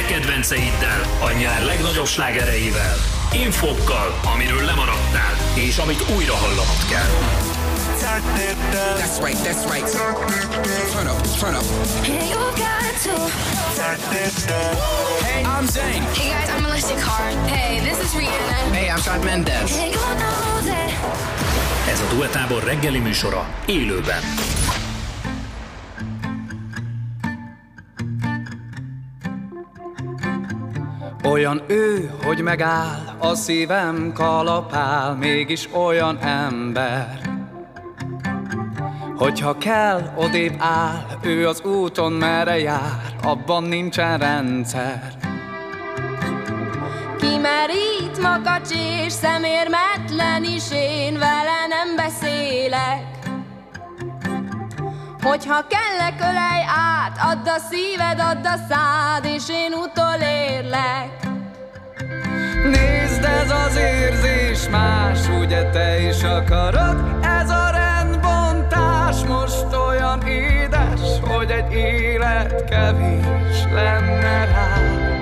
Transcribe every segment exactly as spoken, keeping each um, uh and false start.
kedvenceiddel, a nyár legnagyobb slágereivel, infokkal, amiről lemaradtál, és amit újra hallanod kell. That's right, that's right. Turn up, turn up. Hey, you got to. Hey, I'm Zayn. Hey guys, I'm Melissa Carr. Hey, this is Rihanna. Hey, I'm Shawn Mendes. Hey, you know that. Ez a Duetábor reggeli műsora élőben. Olyan ő, hogy megáll, a szívem kalapál, mégis olyan ember. Hogyha kell, odébb áll, ő az úton merre jár, abban nincsen rendszer. Kimerít makacs és szemérmetlen is, én vele nem beszélek. Hogyha kellek, ölej át, add a szíved, add a szád, és én utolérlek. Nézd, ez az érzés más, ugye te is akarod? Ez a rendbontás most olyan édes, hogy egy élet kevés lenne rá.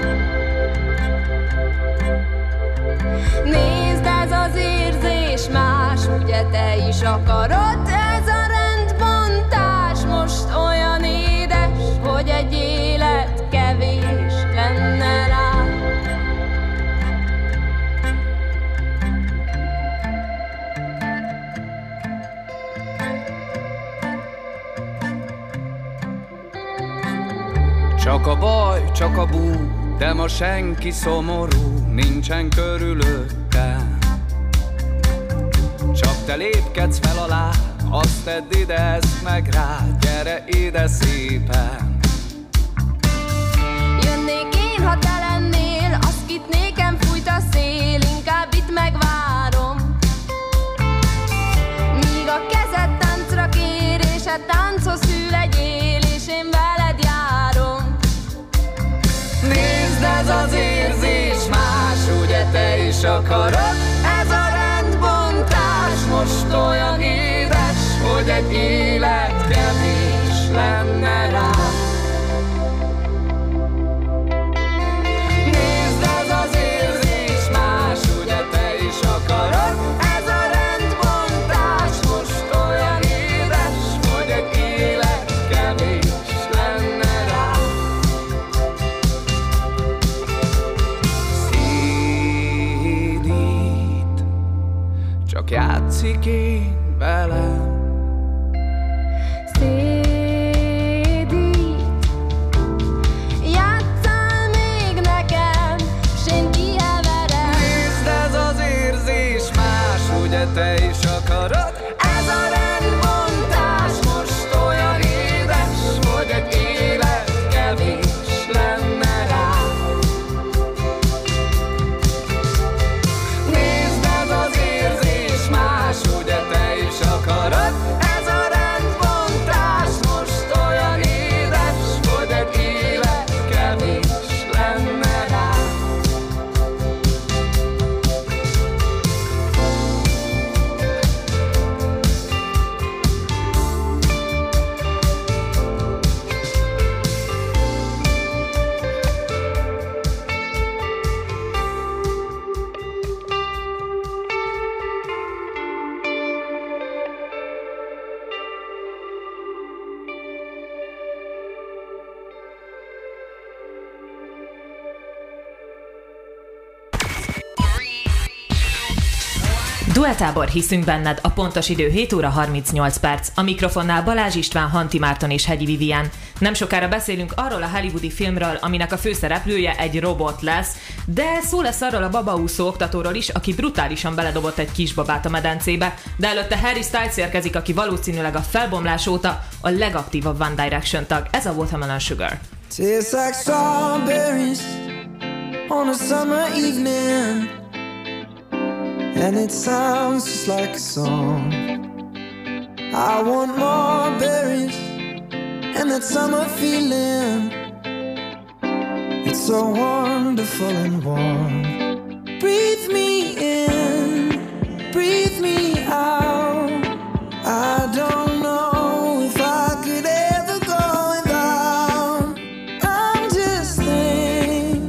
Nézd, ez az érzés más, ugye te is akarod? Ez a rendbontás most olyan édes, hogy egy élet kevés lenne rá. Csak a baj, csak a bú, de ma senki szomorú, nincsen körülöttem. Csak te lépkedsz fel alá, azt tedd ide, ezt meg rá, gyere ide szépen. Jönnék én, ha te lennél, azt kit nékem fújt a szél, inkább itt megvárom. Míg a kezed táncra kér, és a tánchoz hű legyél, és én veled járom. Nézd, ez az érzés más, ugye te is akarod? Ez a rendbontás most olyan édes, hogy egy élet kevés lenne rá. Nézd, ez az érzés más, ugye te is akarod? Ez a rendbontás most olyan édes, hogy egy élet kevés lenne rá. Szédít, csak játszik én velem. Szédít, játsszál még nekem, s én kiheverem. Nézd, ez az érzés más, ugye te is akarod? Ez a rendbontás most olyan édes, hogy egy élet kevés lenne rá. Nézd, ez az érzés más, ugye te is akarod? Ez a rendbontás most olyan édes, hogy egy élet kevés lenne rá. Duetábor, hiszünk benned, a pontos idő hét óra harmincnyolc perc. A mikrofonnál Balázs István, Hanti Márton és Hegyi Vivian. Nem sokára beszélünk arról a hollywoodi filmről, aminek a főszereplője egy robot lesz, de szó lesz arról a babaúszó oktatóról is, aki brutálisan beledobott egy kisbabát a medencébe, de előtte Harry Styles érkezik, aki valószínűleg a felbomlás óta a legaktívabb One Direction tag. Ez a Watermelon Sugar. Tastes like strawberries on a summer evening, and it sounds just like a song. I want more berries and that summer feeling. It's so wonderful and warm. Breathe me in, breathe me out. I don't know if I could ever go without. I'm just thinking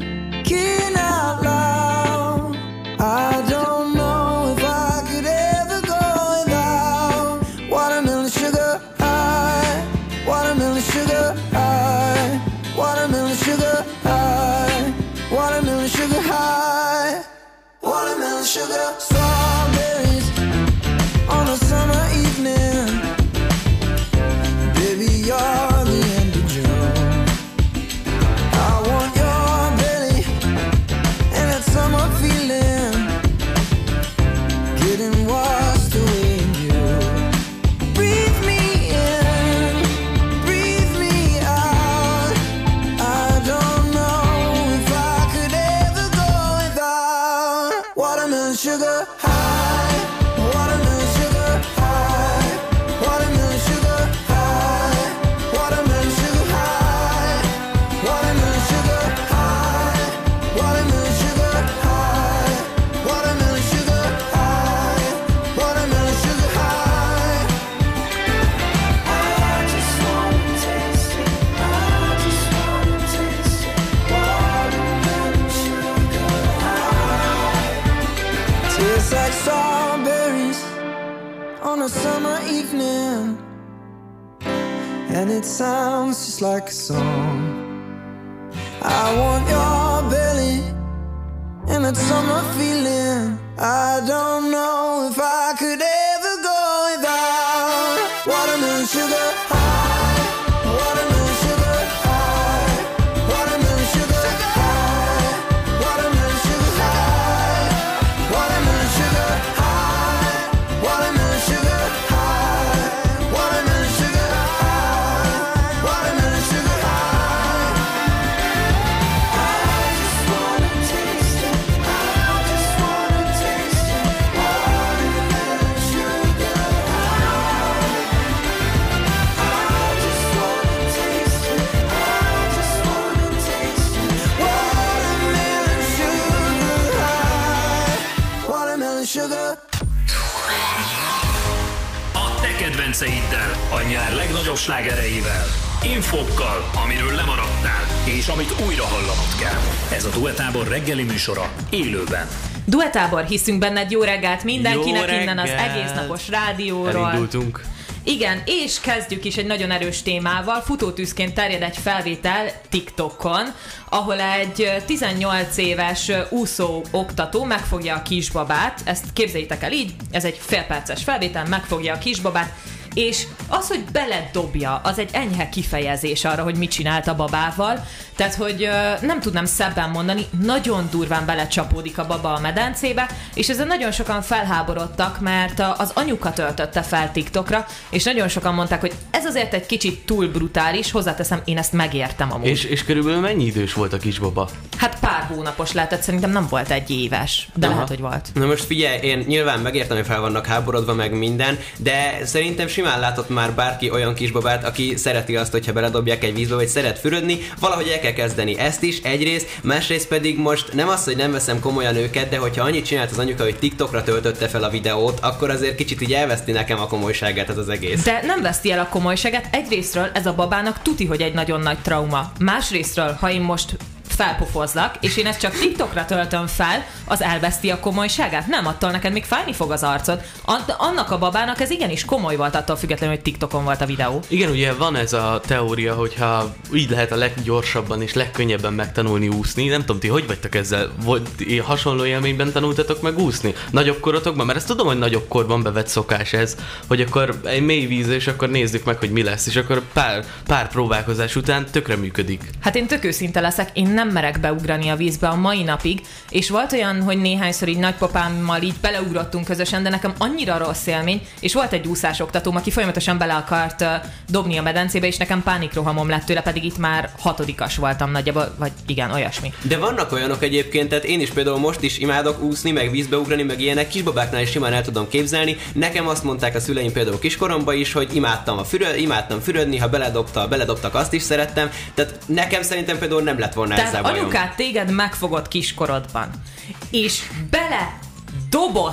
sugar strawberries on a summer evening. Baby, you're the end of June. I want your belly and that summer feeling, getting washed away in you. Breathe me in, breathe me out. I don't know if I could ever go without watermelon sugar high, watermelon sugar high, watermelon sugar high, watermelon sugar high, watermelon sugar high, watermelon sugar high, watermelon sugar high, watermelon sugar high. I just wanna taste it, I just wanna taste it, watermelon sugar high. Tastes like strawberries on a summer evening, and it sounds just like a song. I want your belly and that summer feeling. I don't know if I could ever go without watermelon sugar high, watermelon sugar high, watermelon sugar high, watermelon sugar high, watermelon sugar high, watermelon sugar high, watermelon sugar high, watermelon sugar high. I just wanna taste it, I just wanna taste it, watermelon sugar high. I just wanna taste it, I just wanna taste it, watermelon sugar high, watermelon sugar. A te kedvenceiddel, a nyár legnagyobb slágereivel, infokkal, amiről lemaradtál, és amit újra hallanod kell. Ez a Duetábor reggeli műsora élőben. Duetábor, hiszünk benned, jó reggelt mindenkinek, Jó innen az reggelt. egész napos rádióról. Elindultunk. Igen, és kezdjük is egy nagyon erős témával. Futótűzként terjed egy felvétel TikTokon, ahol egy tizennyolc éves úszó oktató megfogja a kisbabát. Ezt képzeljétek el így, ez egy félperces felvétel, megfogja a kisbabát, és az, hogy beledobja, az egy enyhe kifejezés arra, hogy mit csinált a babával. Tehát, hogy ö, nem tudnám szebben mondani, nagyon durván belecsapódik a baba a medencébe, és ezzel nagyon sokan felháborodtak, mert az anyuka töltötte fel TikTokra, és nagyon sokan mondták, hogy ez azért egy kicsit túl brutális, hozzáteszem, én ezt megértem amúgy. És, és körülbelül mennyi idős volt a kisbaba? Hát pár hónapos lehetett, szerintem nem volt egy éves, de Aha. lehet, hogy volt. Na most figyelj, én nyilván megértem, hogy fel vannak háborodva meg minden, de szerintem simán látott már bárki olyan kisbabát, aki szereti azt, hogyha beledobják egy vízbe, vagy szeret fürödni, valahogy el kell kezdeni ezt is egyrészt, másrészt pedig most nem az, hogy nem veszem komolyan őket, de hogyha annyit csinált az anyuka, hogy TikTokra töltötte fel a videót, akkor azért kicsit így elveszti nekem a komolyságát ez az egész. De nem veszti el a komolyságát. Egyrésztről ez a babának tuti, hogy egy nagyon nagy trauma. Másrésztről, ha én most felpofozzak, és én ezt csak TikTokra töltöm fel, az elveszti a komolyságát? Nem, attól neked még fájni fog az arcod. Annak a babának ez igenis komoly volt, attól függetlenül, hogy TikTokon volt a videó. Igen, ugye van ez a teória, hogyha így lehet a leggyorsabban és legkönnyebben megtanulni úszni. Nem tudom, ti hogy vagytok ezzel? Volt hasonló élményben tanultatok meg úszni? Nagyobb korotokban? Mert ezt tudom, hogy nagyobb korban bevett szokás ez, hogy akkor egy mély víz, és akkor nézzük meg, hogy mi lesz, és akkor pár, pár próbálkozás után tökre működik. Hát én tök őszinte leszek, én nem merek beugrani a vízbe a mai napig, és volt olyan, hogy néhányszor így nagypapámmal így beleugrottunk közösen, de nekem annyira rossz élmény, és volt egy úszásoktatóm, aki folyamatosan bele akart uh, dobni a medencébe, és nekem pánikrohamom lett tőle, pedig itt már hatodikas voltam nagyjából, vagy igen, olyasmi. De vannak olyanok egyébként, tehát én is például most is imádok úszni, meg vízbe ugrani, meg ilyenek, kisbabáknál is simán el tudom képzelni. Nekem azt mondták a szüleim például kiskoromban is, hogy imádtam a füröd, imádtam fürödni, ha beledobta, beledobtak, azt is szerettem. Tehát nekem szerintem például nem lett volna ezzel bajom. Anyukát téged megfogott kiskorodban, és bele dobott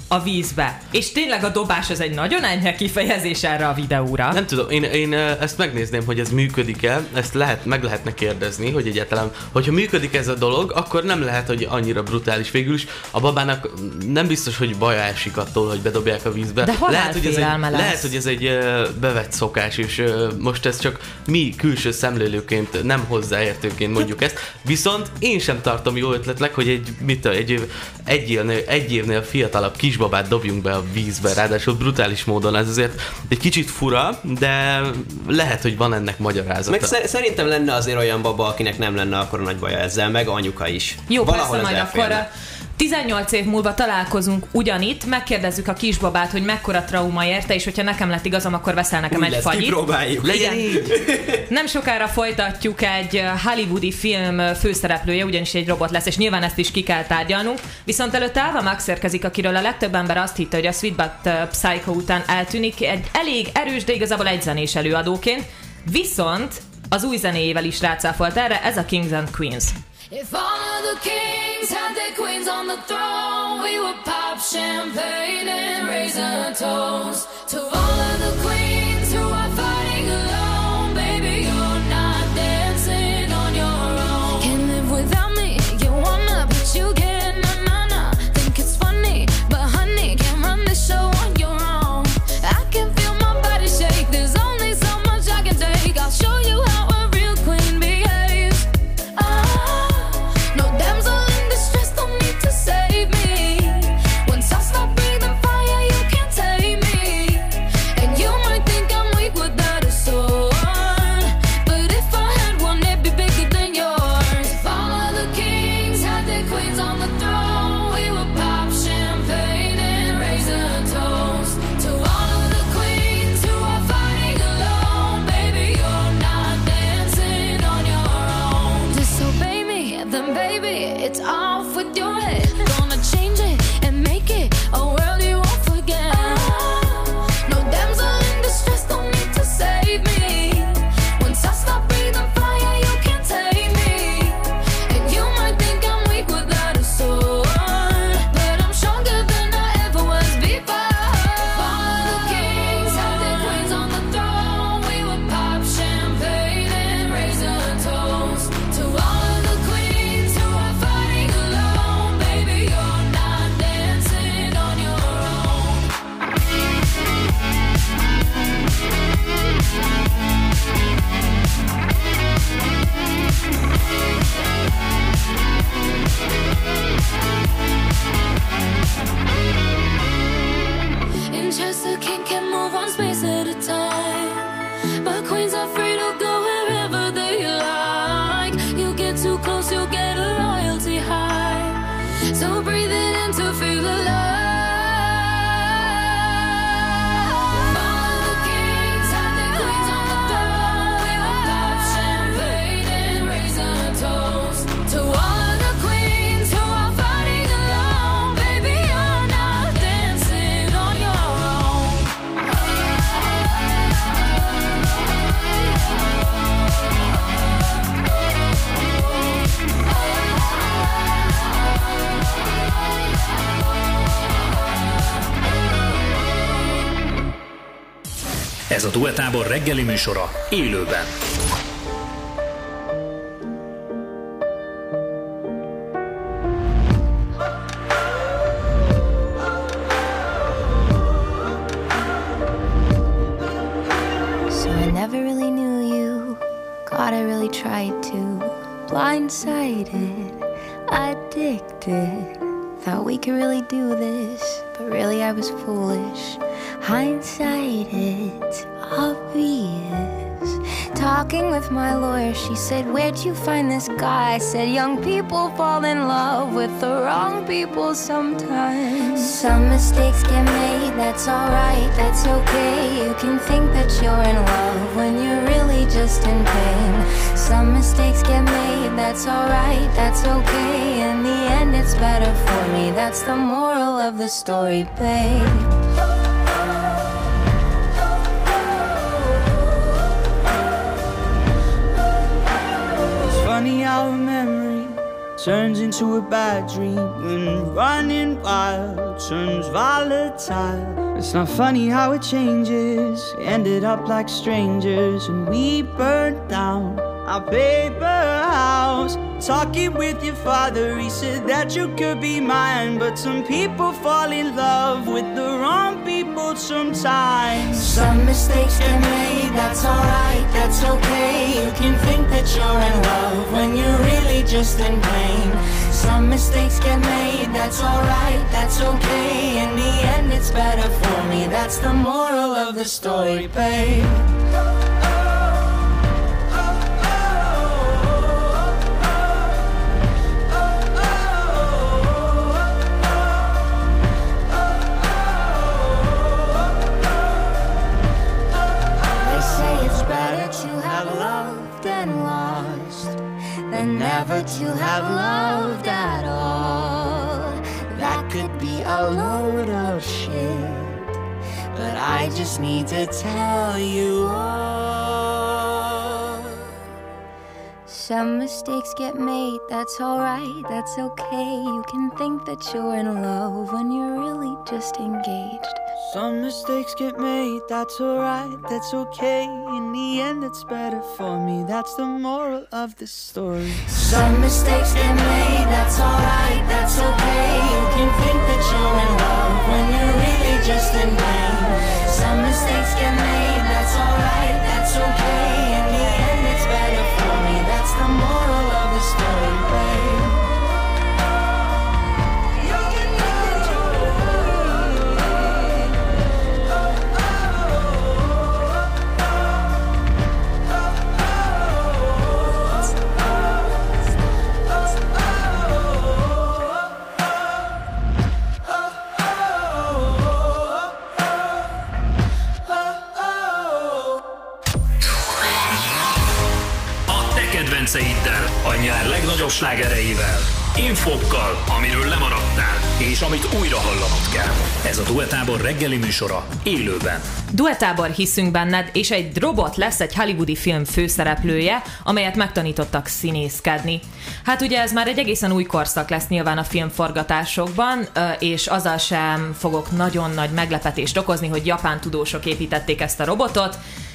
a vízbe. És tényleg a dobás az egy nagyon enyhe kifejezés erre a videóra. Nem tudom, én, én ezt megnézném, hogy ez működik-e, ezt lehet, meg lehetne kérdezni, hogy egyáltalán, hogyha működik ez a dolog, akkor nem lehet, hogy annyira brutális. Végül is a babának nem biztos, hogy baja esik attól, hogy bedobják a vízbe. De lehet, hogy ez egy, lesz. lehet, hogy ez egy bevett szokás, és most ez csak mi külső szemlélőként, nem hozzáértőként mondjuk ezt. Viszont én sem tartom jó ötletnek, hogy egy, mit, egy, egy, évnél, egy évnél fiatalabb kisbabát dobjunk be a vízbe, ráadásul brutális módon. Ez azért egy kicsit fura, de lehet, hogy van ennek magyarázata. Meg szer- szerintem lenne azért olyan baba, akinek nem lenne akkor nagy baja ezzel, meg anyuka is. Jó, valahol persze, majd akkor tizennyolc év múlva találkozunk ugyanitt, megkérdezzük a kisbabát, hogy mekkora trauma érte, és hogyha nekem lett igazam, akkor veszel nekem úgy egy lesz, fagyit. Kipróbáljuk. Legyen így! Nem sokára folytatjuk, egy hollywoodi film főszereplője, ugyanis egy robot lesz, és nyilván ezt is ki kell tárgyalnunk. Viszont előtte Ava Max érkezik, akiről a legtöbb ember azt hitte, hogy a Sweet But Psycho után eltűnik, egy elég erős, de igazából egy zenés előadóként. Viszont az új zenéjével is rácáfolt erre, ez a Kings and Queens. If all of the kings had their queens on the throne, we would pop champagne and raise a toast to all of the queens who are fighting alone. Baby, you're not dancing on your own. Can't live without me, you wanna, but you can't, na na na. Think it's funny, but honey, can't run the show on your own. I can feel my body shake, there's only so much I can take. I'll show you how a real queen behaves. Ah. No damsel in distress, don't need to save me. Once I stop breathing fire, you can't take me. And you might think I'm weak without a sword, but if I had one, it'd be bigger than yours. If all of the kings had their queens on the throne, we would pop champagne and raise a toast to all of the queens who are fighting alone. Baby, you're not dancing on your own. Disobey me, then baby, it's off with your head. Gonna change it and make it a world you won't forget. No damsel in distress, don't need to save me. Once I stop breathing fire, you can't take me. And you might think I'm weak without a sword, but I'm stronger than I ever was before. If all of the kings had their queens on the throne, we would pop champagne and raise a toast to all of the queens who are fighting alone. Baby, you're not dancing on your own. In chess, the king can move one space at a time, but queens are free to go wherever they like. You get too close, you'll get a royalty high. So breathe it in to feel alive. All of the kings had their queens on the throne. We would pop champagne and raise a toast to all of the queens who are fighting alone. Baby, you're not dancing on your own. Ez a Duetábor reggeli műsora élőben. So I never really knew you. God, I really tried to. Blindsided, addicted. Thought we could really do this, but really I was foolish. Hindsight, it's obvious. Talking with my lawyer, she said, where'd you find this guy? I said, young people fall in love with the wrong people sometimes. Some mistakes get made, that's alright, that's okay. You can think that you're in love when you're really just in pain. Some mistakes get made, that's alright, that's okay. In the end it's better for me, that's the moral of the story, babe. Funny how a memory turns into a bad dream when running wild turns volatile. It's not funny how it changes. We ended up like strangers and we burned down our paper house. Talking with your father, he said that you could be mine, but some people fall in love with the wrong people sometimes. Some mistakes get made, that's alright, that's okay. You can think that you're in love when you're really just in pain. Some mistakes get made, that's alright, that's okay. In the end it's better for me, that's the moral of the story, babe. Never to have loved at all. That could be a load of shit, but I just need to tell you all. Some mistakes get made, that's alright, that's okay. You can think that you're in love when you're really just engaged. Some mistakes get made, that's alright, that's okay. In the end it's better for me, that's the moral of the story. Some mistakes get made, that's alright, that's okay. You can think that you're in love when you're really just in pain. Some mistakes get made, that's alright, that's okay. In the end it's better for me, that's the moral of the story, babe. A nyár legnagyobb slágereivel, infokkal, amiről lemaradtál, és amit újra hallanod kell. Ez a Duetábor reggeli műsora élőben. Duetábor, hiszünk benned, és egy robot lesz egy hollywoodi film főszereplője, amelyet megtanítottak színészkedni. Hát ugye ez már egy egészen új korszak lesz nyilván a filmforgatásokban, és azzal sem fogok nagyon nagy meglepetést okozni, hogy japán tudósok építették ezt a robotot,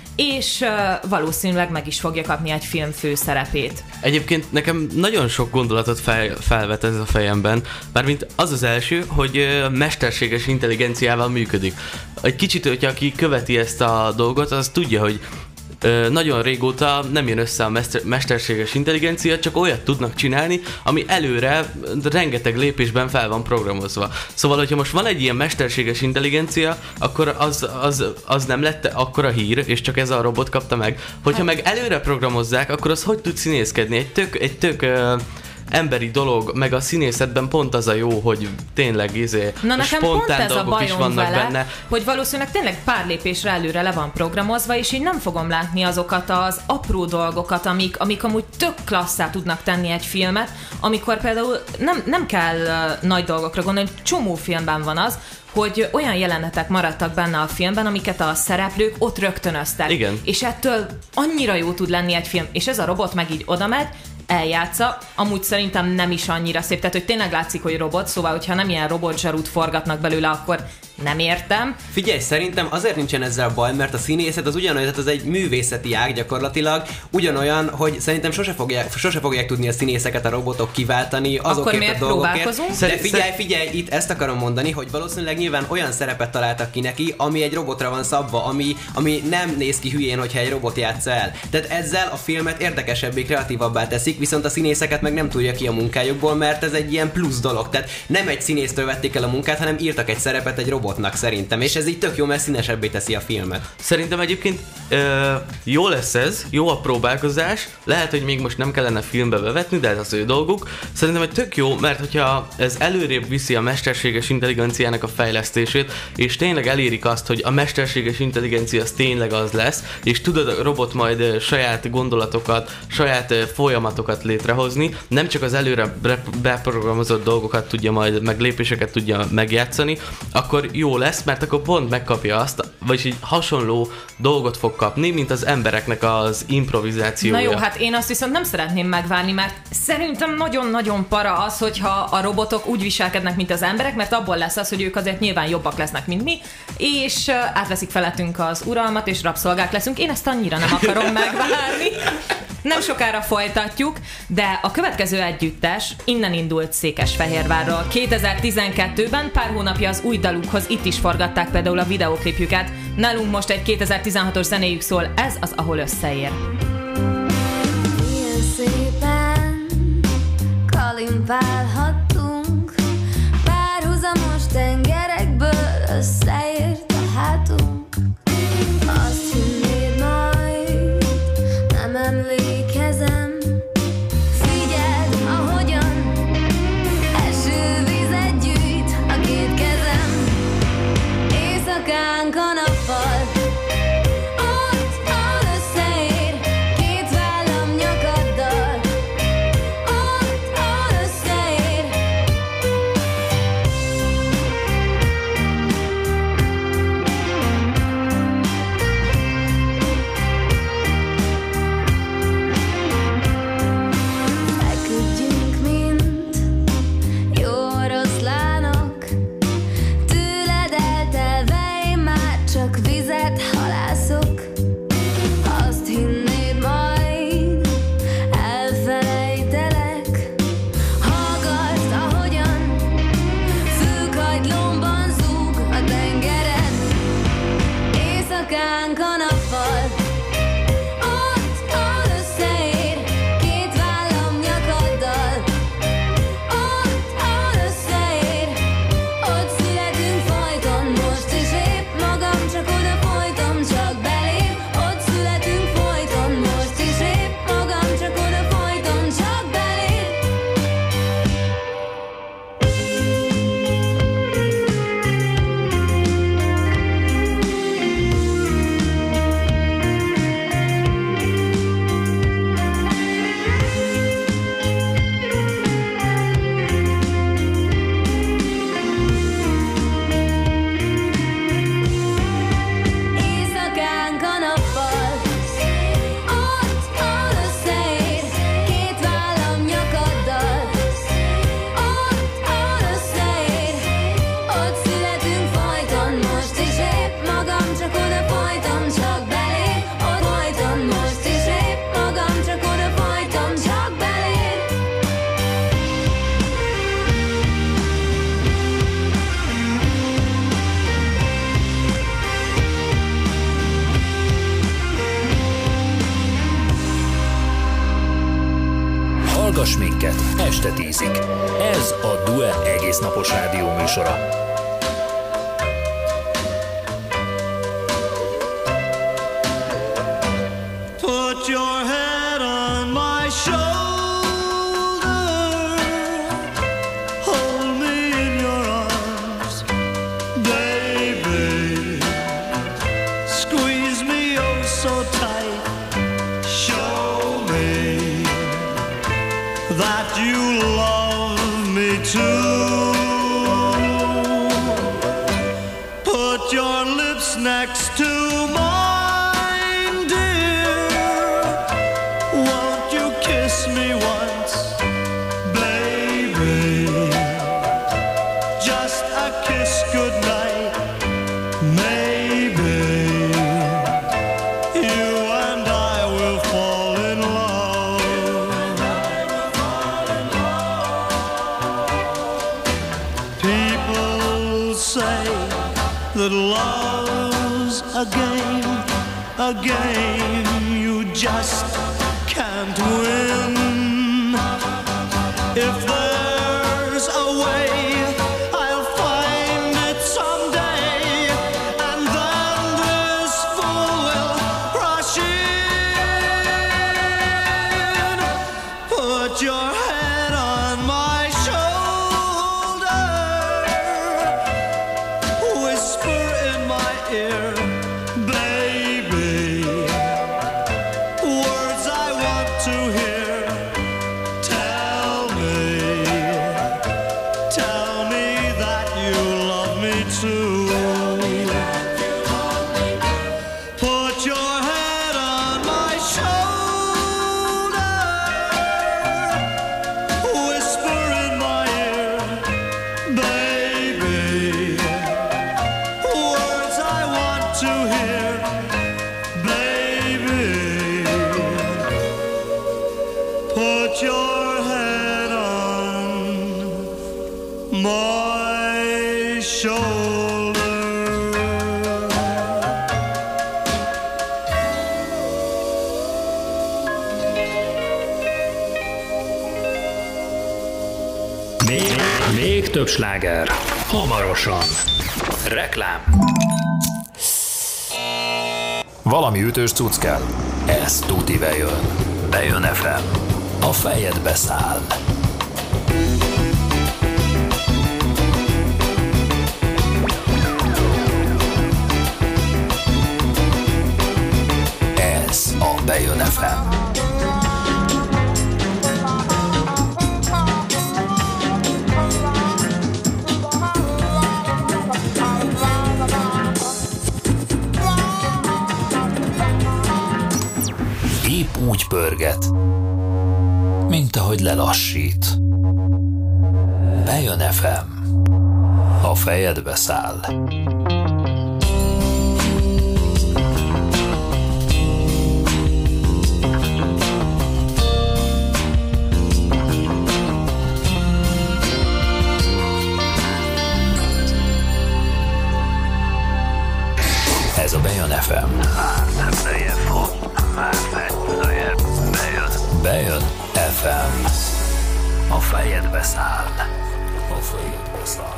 és uh, valószínűleg meg is fogja kapni egy film főszerepét. Egyébként nekem nagyon sok gondolatot fel, felvet ez a fejemben, mármint az az első, hogy uh, mesterséges intelligenciával működik. Egy kicsit, hogyha aki követi ezt a dolgot, az tudja, hogy uh, nagyon régóta nem jön össze a mester, mesterséges intelligencia, csak olyat tudnak csinálni, ami előre rengeteg lépésben fel van programozva. Szóval, hogyha most van egy ilyen mesterséges intelligencia, akkor az, az, az nem lett akkora hír, és csak ez a robot kapta meg. Hogyha meg előre programozzák, akkor az hogy tud színészkedni? Egy tök, egy tök uh, emberi dolog, meg a színészetben pont az a jó, hogy tényleg izé, Na nekem pont ez a bajom vele, benne. hogy valószínűleg tényleg pár lépésre előre le van programozva, és így nem fogom látni azokat az apró dolgokat, amik, amik amúgy tök klasszá tudnak tenni egy filmet, amikor például nem, nem kell uh, nagy dolgokra gondolni, csomó filmben van az, hogy olyan jelenetek maradtak benne a filmben, amiket a szereplők ott rögtönöztek. Igen. És ettől annyira jó tud lenni egy film, és ez a robot meg így oda megy, eljátsza, amúgy szerintem nem is annyira szép, tehát hogy tényleg látszik, hogy robot, szóval hogyha nem ilyen robotzsarút forgatnak belőle, akkor nem értem. Figyelj, szerintem azért nincsen ezzel baj, mert a színészet az ugyanolyan, tehát az egy művészeti ág gyakorlatilag, ugyanolyan, hogy szerintem sose fogják, sose fogják tudni a színészeket a robotok kiváltani azokért a dolgokért. De figyelj, figyelj, itt ezt akarom mondani, hogy valószínűleg nyilván olyan szerepet találtak ki neki, ami egy robotra van szabva, ami, ami nem néz ki hülyén, hogyha egy robot játsza el. Tehát ezzel a filmet érdekesebbé, kreatívabbá teszik, viszont a színészeket meg nem tudja ki a munkájukból, mert ez egy ilyen plusz dolog. Tehát nem egy színésztől vették el a munkát, hanem írtak egy szerepet egy robotnak szerintem, és ez így tök jó, mert színesebbé teszi a filmet. Szerintem egyébként ö, jó lesz ez, jó a próbálkozás, lehet, hogy még most nem kellene filmbe bevetni, de ez az ő dolguk. Szerintem egy tök jó, mert hogyha ez előrébb viszi a mesterséges intelligenciának a fejlesztését, és tényleg elérik azt, hogy a mesterséges intelligencia az tényleg az lesz, és tudod a robot majd saját gondolatokat, saját folyamatokat létrehozni, nem csak az előre beprogramozott dolgokat tudja majd, meg lépéseket tudja megjátszani, akkor jó lesz, mert akkor pont megkapja azt, vagyis így hasonló dolgot fog kapni, mint az embereknek az improvizációja. Na jó, hát én azt viszont nem szeretném megvárni, mert szerintem nagyon-nagyon para az, hogyha a robotok úgy viselkednek, mint az emberek, mert abból lesz az, hogy ők azért nyilván jobbak lesznek, mint mi, és átveszik felettünk az uralmat, és rabszolgák leszünk. Én ezt annyira nem akarom megvárni. Nem sokára folytatjuk, de a következő együttes innen indult Székesfehérvárról. kétezer-tizenkettőben pár hónapja az új dalukhoz itt is forgatták például a videóklipjüket. Nálunk most egy kétezer-tizenhatos zenéjük szól, ez az, ahol összeér. Milyen szépen kalimpálhattunk, párhuzamos tengerekből összeért a hátunk. Azt hinnéd majd, nem emlékezem. Figyeld, ahogyan esővizet gyűjt a két kezem. Éjszakánk a nappal, ott, ahol összeér két vállam nyakaddal. Ott, ahol összeér. Feküdjünk, mint jó oroszlánok, tőled eltelve én már csak vizet halászok. Azt hinnéd majd, elfelejtelek. Hallgass, ahogyan főkagylomban zúg a tengered. Éjszakánk a nappal, ott, ahol összeér két vállam nyakaddal. Ott, ahol összeér, ott születünk folyton. Most is épp magam, csak oda folytom, csak belém. Ott születünk folyton. Most is épp magam, csak oda folytom, csak belém. Éjszakánk a nappal, ott, ahol összeér két vállam nyakaddal. Ott, ahol összeér, ott születünk folyton. Most is épp magam, csak oda folytom, csak belém. Ott folyton. Most is épp magam, csak oda folytom, csak belém. Hallgass minket este tízig. Ez a Due egész napos rádió műsora. Put your head on my shoulder, hold me in your arms, baby. Squeeze me oh so tight, show me that you love me too. Put your lips next to mine, dear. Won't you kiss me once, baby? Just a kiss goodnight, maybe. You and I will fall in love. People say that love's a game, a game you just can't win. If there's a way, I'll find it someday, and then this fool will rush in. Put your head on my shoulder, whisper in my ear, baby, words I want to hear. Tell me my shoulder. Még, még több sláger. Hamarosan. Reklám. Valami ütős cucc kell. Ez tuti bejön. Bejön ef em. A fejedbe száll. Ez a Bejön ef em. Épp úgy pörget, mint ahogy lelassít. Bejön ef em. A fejedbe száll. Ez a Bejön ef em. Bejön ef em. A fejedbe száll. A fejedbe száll.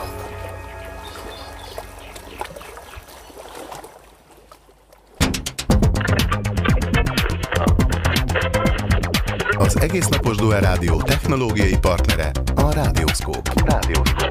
Az egész napos Duel Rádió technológiai partnere a Radioszkóp. Radioszkóp.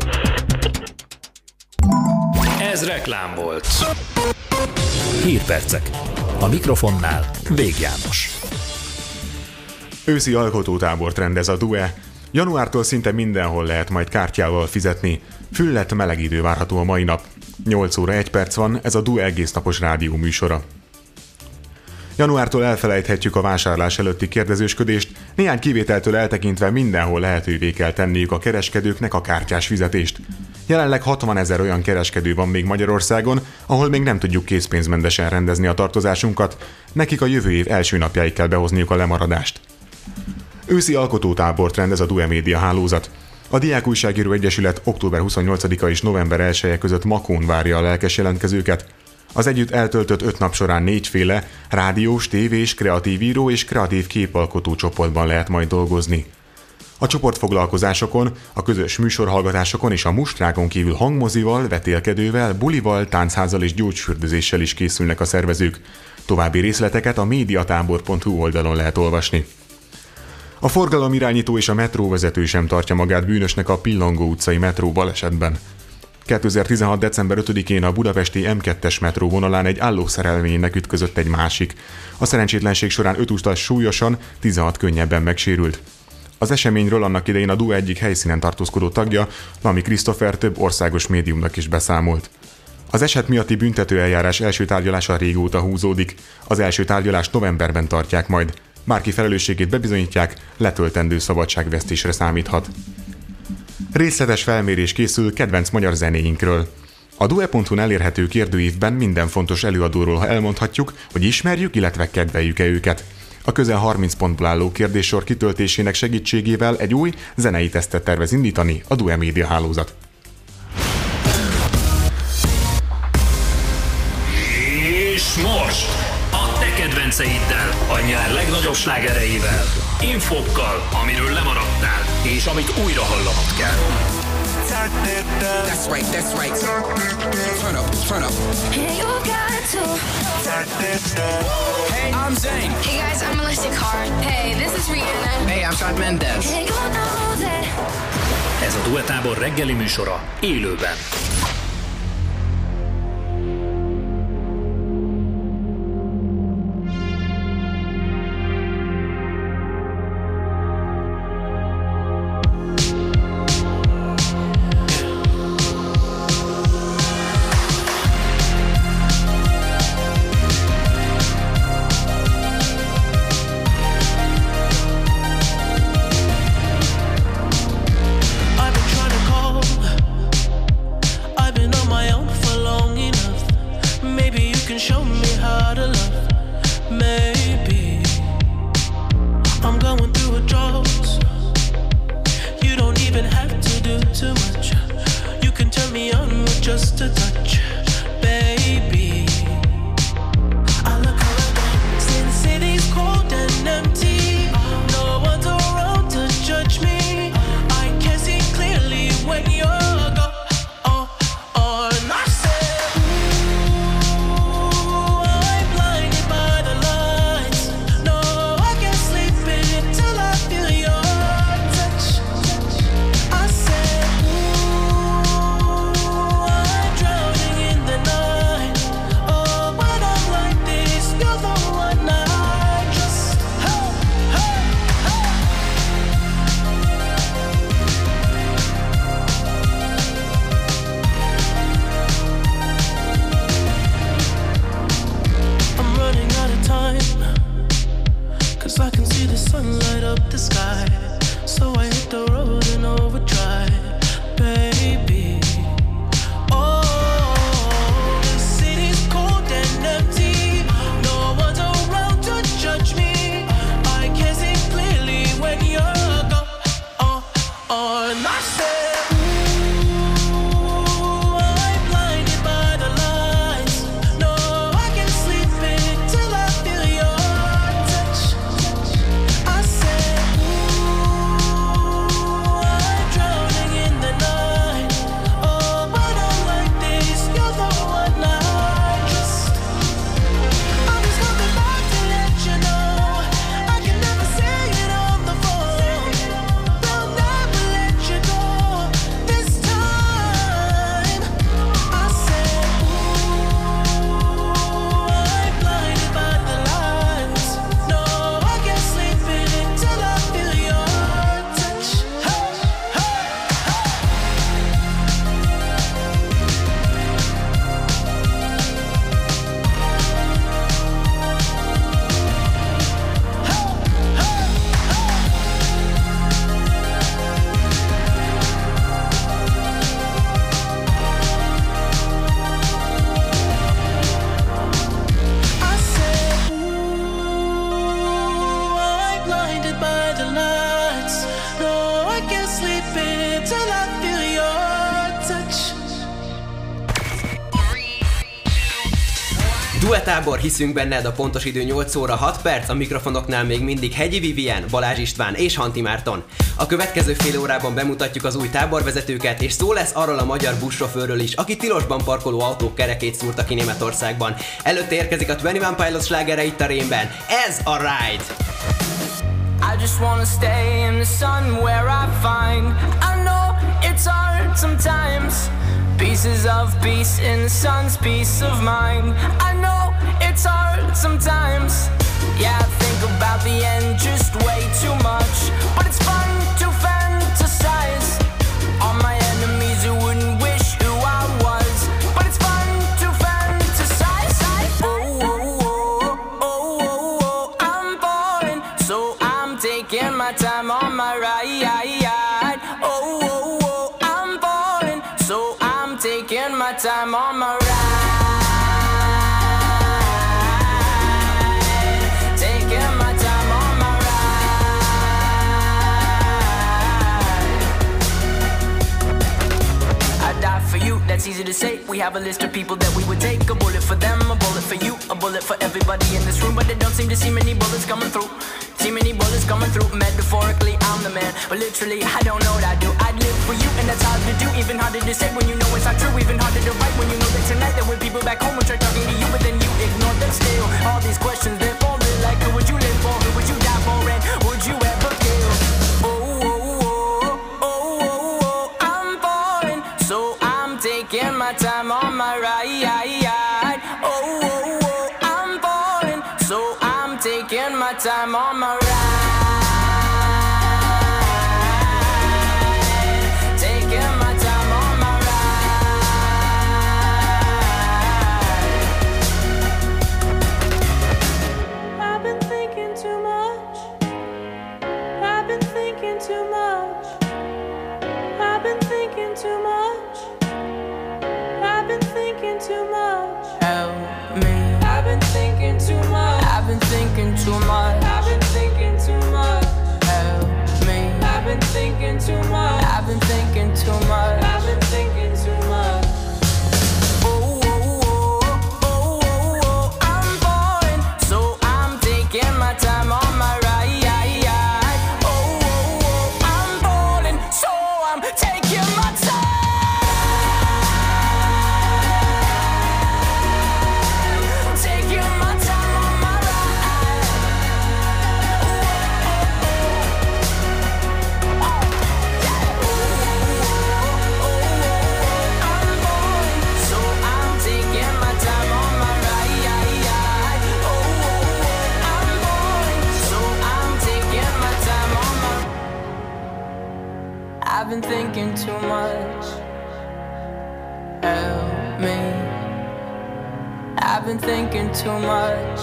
Ez reklám volt. Hírpercek. A mikrofonnál Vég János. Őszi alkotótábort rendez a due. Januártól szinte mindenhol lehet majd kártyával fizetni. Füllett meleg idő várható a mai nap. nyolc óra egy perc van, ez a due egész napos rádió műsora. Januártól elfelejthetjük a vásárlás előtti kérdezősködést, néhány kivételtől eltekintve mindenhol lehetővé kell tenniük a kereskedőknek a kártyás fizetést. Jelenleg hatvanezer olyan kereskedő van még Magyarországon, ahol még nem tudjuk készpénzmentesen rendezni a tartozásunkat, nekik a jövő év első napjáig kell behozniuk a lemaradást. Őszi alkotótábort rendez a Due Média hálózat. A Diák Újságíró Egyesület október huszonnyolcadika és november elseje között Makón várja a lelkes jelentkezőket. Az együtt eltöltött öt nap során négyféle rádiós, tévés, kreatív író és kreatív képalkotó csoportban lehet majd dolgozni. A csoportfoglalkozásokon, a közös műsorhallgatásokon és a mustrákon kívül hangmozival, vetélkedővel, bulival, táncházzal és gyógyfürdőzéssel is készülnek a szervezők. További részleteket a mediatábor pont hu oldalon lehet olvasni. A forgalomirányító és a metróvezető sem tartja magát bűnösnek a Pillangó utcai metró balesetben. kétezer-tizenhat. december ötödikén a budapesti em kettes metró vonalán egy állószerelvénynek ütközött egy másik. A szerencsétlenség során öt utas súlyosan, tizenhat könnyebben megsérült. Az eseményről annak idején a due egyik helyszínen tartózkodó tagja, Lami Christopher több országos médiumnak is beszámolt. Az eset miatti büntetőeljárás első tárgyalása régóta húzódik. Az első tárgyalást novemberben tartják majd. Bárki felelősségét bebizonyítják, letöltendő szabadságvesztésre számíthat. Részletes felmérés készül kedvenc magyar zenéinkről. A due pont hu-n elérhető kérdőívben minden fontos előadóról elmondhatjuk, hogy ismerjük, illetve kedveljük-e őket. A közel harminc pontból álló kérdéssor kitöltésének segítségével egy új zenei tesztet tervez indítani a Due Média hálózat. És most a te kedvenceiddel, a nyár legnagyobb slágereivel, infókkal, amiről lemaradtál, és amit újra hallanod kell. That's right, that's right. Turn up, turn up. Hey, you got to. Hey, I'm Zayn. Hey guys, I'm Melissa Carr. Hey, this is Rihanna. Hey, I'm Shawn Mendes. Hey, you know that. Ez a Duetábor reggeli műsora élőben. Duetábor, hiszünk benned, a pontos idő nyolc óra hat perc, a mikrofonoknál még mindig Hegyi Vivien, Balázs István és Hanti Márton. A következő fél órában bemutatjuk az új táborvezetőket, és szó lesz arról a magyar buszsofőrről is, aki tilosban parkoló autók kerekét szúrta ki Németországban. Előtte érkezik a huszonegyes Pilots slágere itt a Rémben. Ez a Ride! I just wanna stay in the sun where I find I know it's hard sometimes. Pieces of peace in the sun's peace of mind. I know it's hard sometimes. Yeah, I think about the end just way too much, but it's fun to fantasize on my enemies who wouldn't wish who I was, but it's fun to fantasize. Oh, oh, oh, oh, oh, oh, I'm falling, so I'm taking my time on my ride. Oh, oh, oh, I'm falling, so I'm taking my time on my ride. That's easy to say. We have a list of people that we would take. A bullet for them, a bullet for you, a bullet for everybody in this room. But they don't seem to see many bullets coming through. See many bullets coming through. Metaphorically, I'm the man, but literally, I don't know what I do. I'd live for you, and that's hard to do. Even harder to say when you know it's not true. Even harder to write when you know that tonight there were people back home who tried talking to you, but then you ignored them still. All these questions, they're falling like, who would you live for? Who would you die for? And would you ever kill? Taking my time on my ride. Oh, oh, oh, I'm falling, so I'm taking my time on my ride. Taking my time on my ride. I've been thinking too much. I've been thinking too much. I've been thinking too much. I've been thinking too much. Help me. I've been thinking too much. I've been thinking too much. I've been thinking too much. Help me. I've been thinking too much. I've been thinking too much. I've been thinking too much. Oh, oh, oh, oh, oh, oh, I'm falling, so I'm taking my time on my ride. Oh, oh, oh, I'm falling, so I'm taking my time. I've been thinking too much. Help me. I've been thinking too much.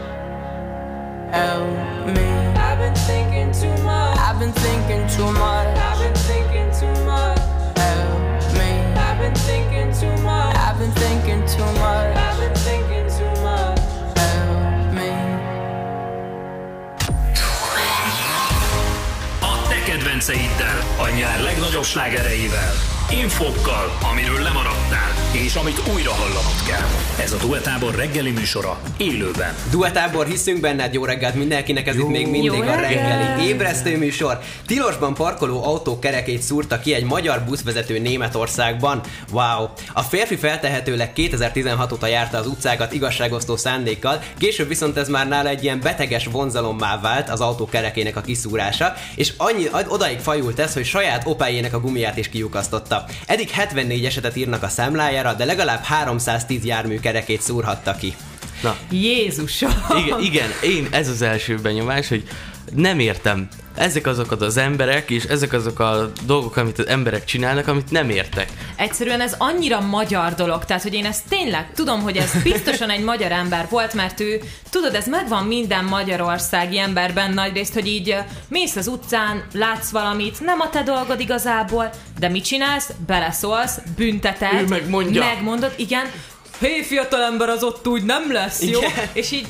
Help me. I've been thinking too much. I've been thinking too much. I've been thinking too much. Help me. I've been thinking too much. I've been thinking too much. I've been thinking too much. Help me. A te kedvenceiddel, a nyár legnagyobb slágereivel, infókkal, amiről lemaradtál, és amit újra hallanod kell. Ez a Duetábor reggeli műsora élőben. Duetábor, hiszünk benned, jó reggelt mindenkinek, ez jó, itt még mindig a reggeli ébresztő műsor. Tilosban parkoló autók kerekét szúrta ki egy magyar buszvezető Németországban. Wow! A férfi feltehetőleg kétezer-tizenhat óta járta az utcákat igazságosztó szándékkal, később viszont ez már nála egy ilyen beteges vonzalommá vált, az autó kerekének a kiszúrása, és annyi, odaig fajult ez, hogy saját Opeljének a gumiját is kiukasztotta. Eddig hetvennégy esetet írnak a számlájára, de legalább háromszáztíz jármű kerekét szúrhatta ki. Na. Jézusom! Igen, igen, én ez az első benyomás, hogy nem értem. Ezek azok az emberek, és ezek azok a dolgok, amit az emberek csinálnak, amit nem értek. Egyszerűen ez annyira magyar dolog, tehát hogy én ezt tényleg tudom, hogy ez biztosan egy magyar ember volt, mert ő, tudod, ez megvan minden magyarországi emberben nagyrészt, hogy így mész az utcán, látsz valamit, nem a te dolgod igazából, de mit csinálsz? Beleszólsz, bünteted, ő megmondja. megmondod, igen, hé, fiatalember, az ott úgy nem lesz, jó? Igen. És így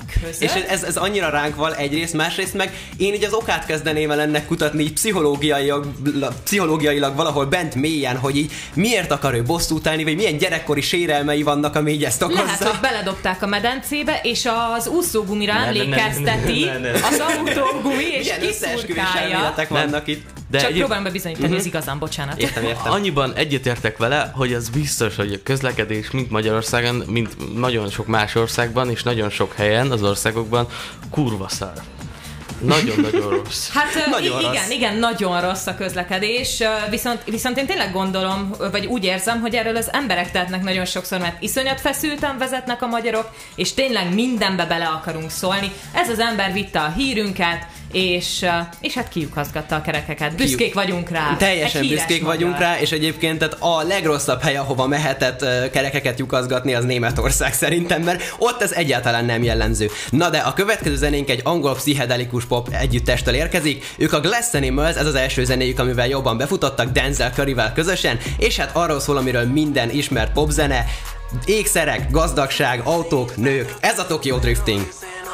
Között? És ez, ez annyira ránk val egyrészt, másrészt meg én így az okát kezdeném el ennek kutatni így pszichológiailag, pszichológiailag valahol bent mélyen, hogy így miért akar ő bosszút állni, vagy milyen gyerekkori sérelmei vannak, ami így ezt okozza. Lehet, hogy beledobták a medencébe, és az úszógumira emlékezteti az autógumi, és kiszurkálja. vannak itt. De Csak egy... próbálom bebizonyítani, hogy uh-huh. ez igazán, bocsánat. Értem, értem. Annyiban egyetértek vele, hogy az biztos, hogy a közlekedés mint Magyarországon, mint nagyon sok más országban, és nagyon sok helyen az országokban kurva szar. Nagyon-nagyon rossz. Hát nagyon igen, rossz. igen, nagyon rossz a közlekedés, viszont, viszont én tényleg gondolom, vagy úgy érzem, hogy erről az emberek tehetnek nagyon sokszor, mert iszonyat feszülten vezetnek a magyarok, és tényleg mindenbe bele akarunk szólni. Ez az ember vitte a hírünket, és, és hát kiukaszgatta a kerekeket. Büszkék vagyunk rá. Teljesen büszkék vagyunk magyar. rá, és egyébként tehát a legrosszabb hely, ahova mehetett kerekeket lyukaszgatni, az Németország szerintem, mert ott ez egyáltalán nem jellemző. Na de a következő zenénk egy angol pszichedelikus pop együttestől érkezik. Ők a Glass Animals, ez az első zenéjük, amivel jobban befutottak Denzel Curryvel közösen, és hát arról szól, amiről minden ismert popzene: ékszerek, gazdagság, autók, nők. Ez a Tokyo Drifting.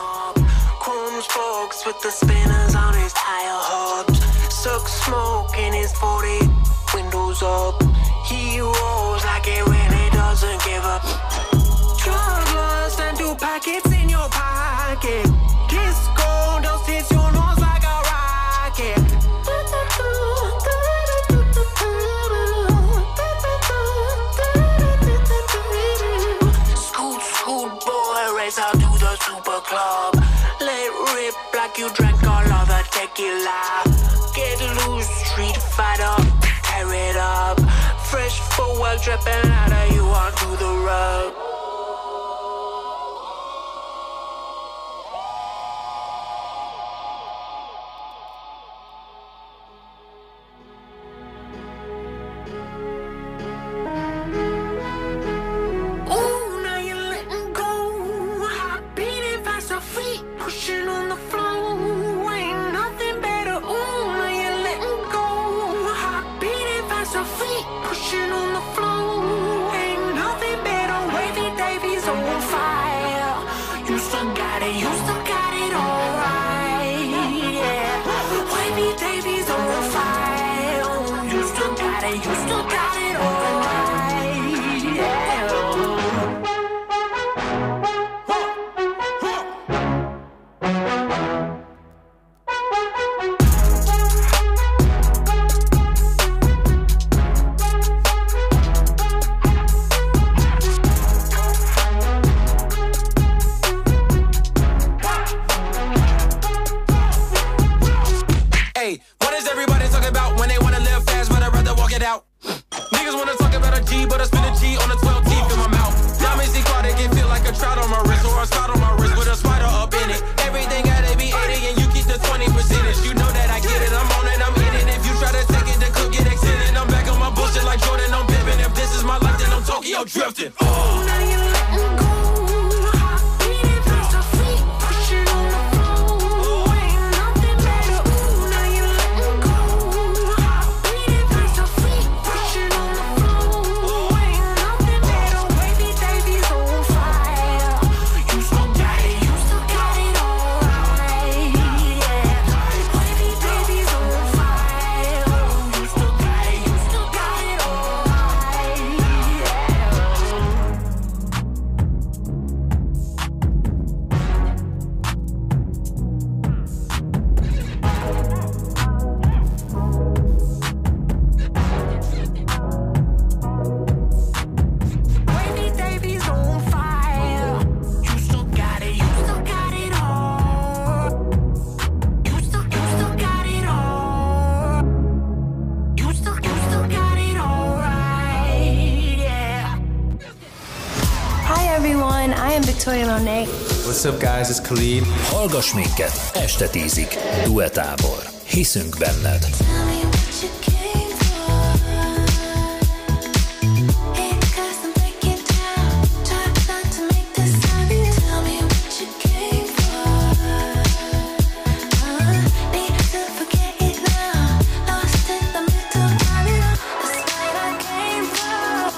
With the spinners on his tire hubs, suck smoke in his forty, windows up. He rolls like it really doesn't give up. Drug lust and two packets in your pocket. Disco dust hits your nose like a rocket. Scoot, scoot, boy, race out to the super club. Let rip like you drank all of the tequila. Get loose, street fighter, tear it up. Fresh forward, dripping out of you onto the rug. Pushing on the floor, ain't nothing better. Ooh, now you're letting go. Heart beating fast, your feet pushing on the floor, ain't nothing better. Wavy Davies on fire. You still got it, you still got it all right. Yeah. Wavy Davies on fire. You still got it, you still got it all right. Yeah. Drifting. Oh, now you're letting go. Heart beating fast, your feet pushing on the floor. Ain't nothing better. Ooh, now you're letting go. Heart beating fast, your feet pushing on the floor. Ain't nothing better. Wavy Davies on fire. You still got it, you still got it all right. Yeah. Wavy Davies on fire. You still got it, you still got it all right. Victoria Monet. What's up, guys? It's Khalid. Hallgass minket este tízig. Duetábor. Hiszünk benned.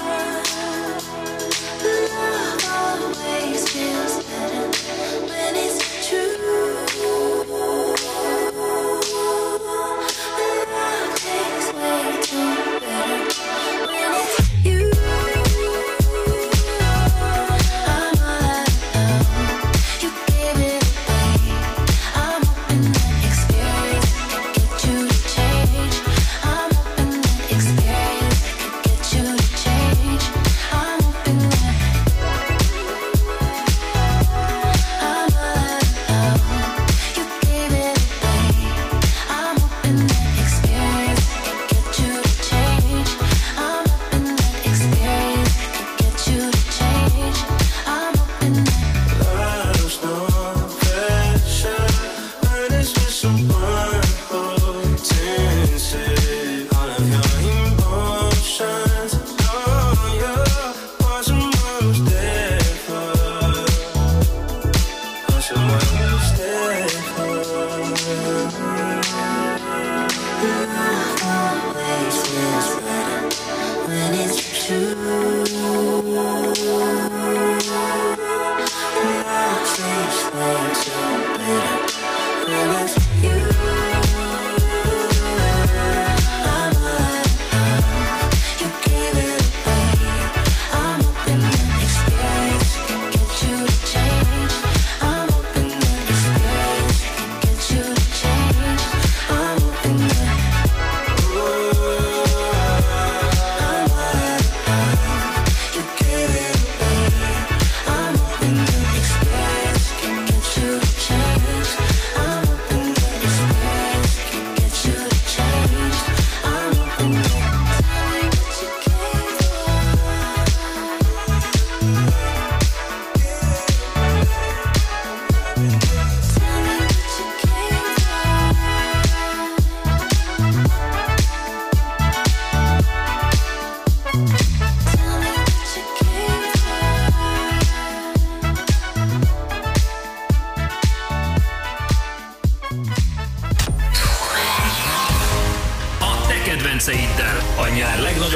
When it's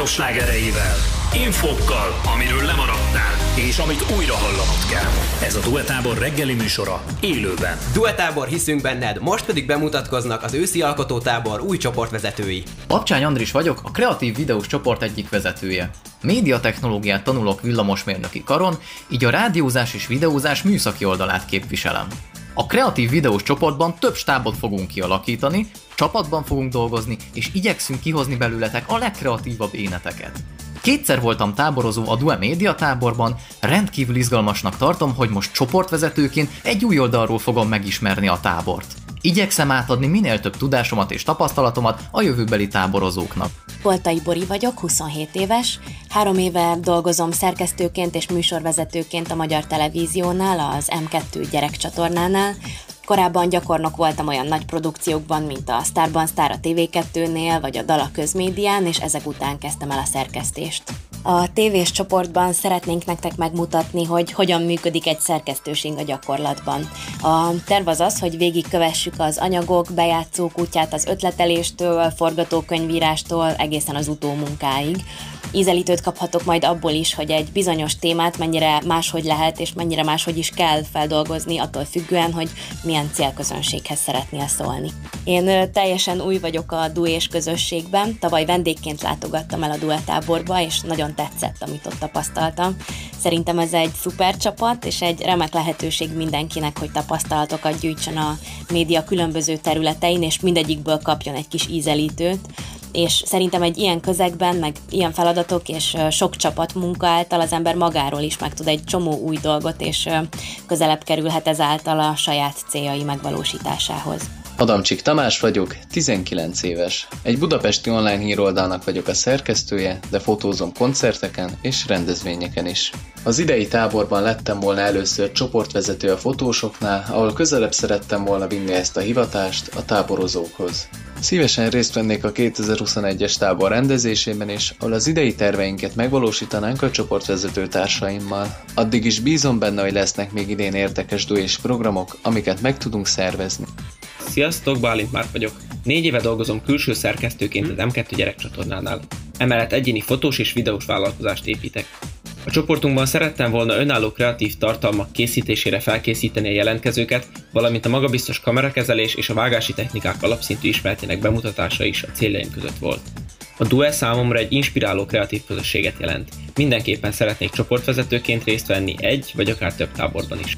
legnagyobb slágereivel, infokkal, amiről lemaradtál, és amit újra hallanod kell. Ez a Duetábor reggeli műsora élőben. Duetábor, hiszünk benned, most pedig bemutatkoznak az őszi alkotótábor új csoportvezetői. Babcsány Andris vagyok, a kreatív videós csoport egyik vezetője. Médiatechnológiát tanulok villamosmérnöki karon, így a rádiózás és videózás műszaki oldalát képviselem. A kreatív videós csoportban több stábot fogunk kialakítani, csapatban fogunk dolgozni, és igyekszünk kihozni belőletek a legkreatívabb éneteket. Kétszer voltam táborozó a Due Média táborban, rendkívül izgalmasnak tartom, hogy most csoportvezetőként egy új oldalról fogom megismerni a tábort. Igyekszem átadni minél több tudásomat és tapasztalatomat a jövőbeli táborozóknak. Boltai Bori vagyok, huszonhét éves, három éve dolgozom szerkesztőként és műsorvezetőként a Magyar Televíziónál, az em kettő gyerekcsatornánál. Korábban gyakornok voltam olyan nagy produkciókban, mint a Sztárban Sztár a té vé kettőnél, vagy a Dala közmédián, és ezek után kezdtem el a szerkesztést. A tévés csoportban szeretnénk nektek megmutatni, hogy hogyan működik egy szerkesztőség a gyakorlatban. A terv az az, hogy végigkövessük az anyagok, bejátszók útját az ötleteléstől, forgatókönyvírástól egészen az utómunkáig. Ízelítőt kaphatok majd abból is, hogy egy bizonyos témát mennyire máshogy lehet és mennyire máshogy is kell feldolgozni, attól függően, hogy milyen célközönséghez szeretnél szólni. Én teljesen új vagyok a Dués közösségben, tavaly vendégként látogattam el a Due táborba, és nagyon tetszett, amit ott tapasztaltam. Szerintem ez egy szuper csapat, és egy remek lehetőség mindenkinek, hogy tapasztalatokat gyűjtsön a média különböző területein, és mindegyikből kapjon egy kis ízelítőt. És szerintem egy ilyen közegben, meg ilyen feladatok és sok csapatmunka által az ember magáról is megtud egy csomó új dolgot, és közelebb kerülhet ezáltal a saját céljai megvalósításához. Adamcsik Tamás vagyok, tizenkilenc éves. Egy budapesti online híroldalnak vagyok a szerkesztője, de fotózom koncerteken és rendezvényeken is. Az idei táborban lettem volna először csoportvezető a fotósoknál, ahol közelebb szerettem volna vinni ezt a hivatást a táborozókhoz. Szívesen részt vennék a kétezer-huszonegyes tábor rendezésében is, ahol az idei terveinket megvalósítanánk a csoportvezető társaimmal. Addig is bízom benne, hogy lesznek még idén érdekes dués programok, amiket meg tudunk szervezni. Sziasztok, Bálint Márk vagyok. Négy éve dolgozom külső szerkesztőként az em kettő gyerekcsatornánál. Emellett egyéni fotós és videós vállalkozást építek. A csoportunkban szerettem volna önálló kreatív tartalmak készítésére felkészíteni a jelentkezőket, valamint a magabiztos kamerakezelés és a vágási technikák alapszintű ismeretének bemutatása is a céljaim között volt. A Due számomra egy inspiráló kreatív közösséget jelent. Mindenképpen szeretnék csoportvezetőként részt venni egy vagy akár több táborban is.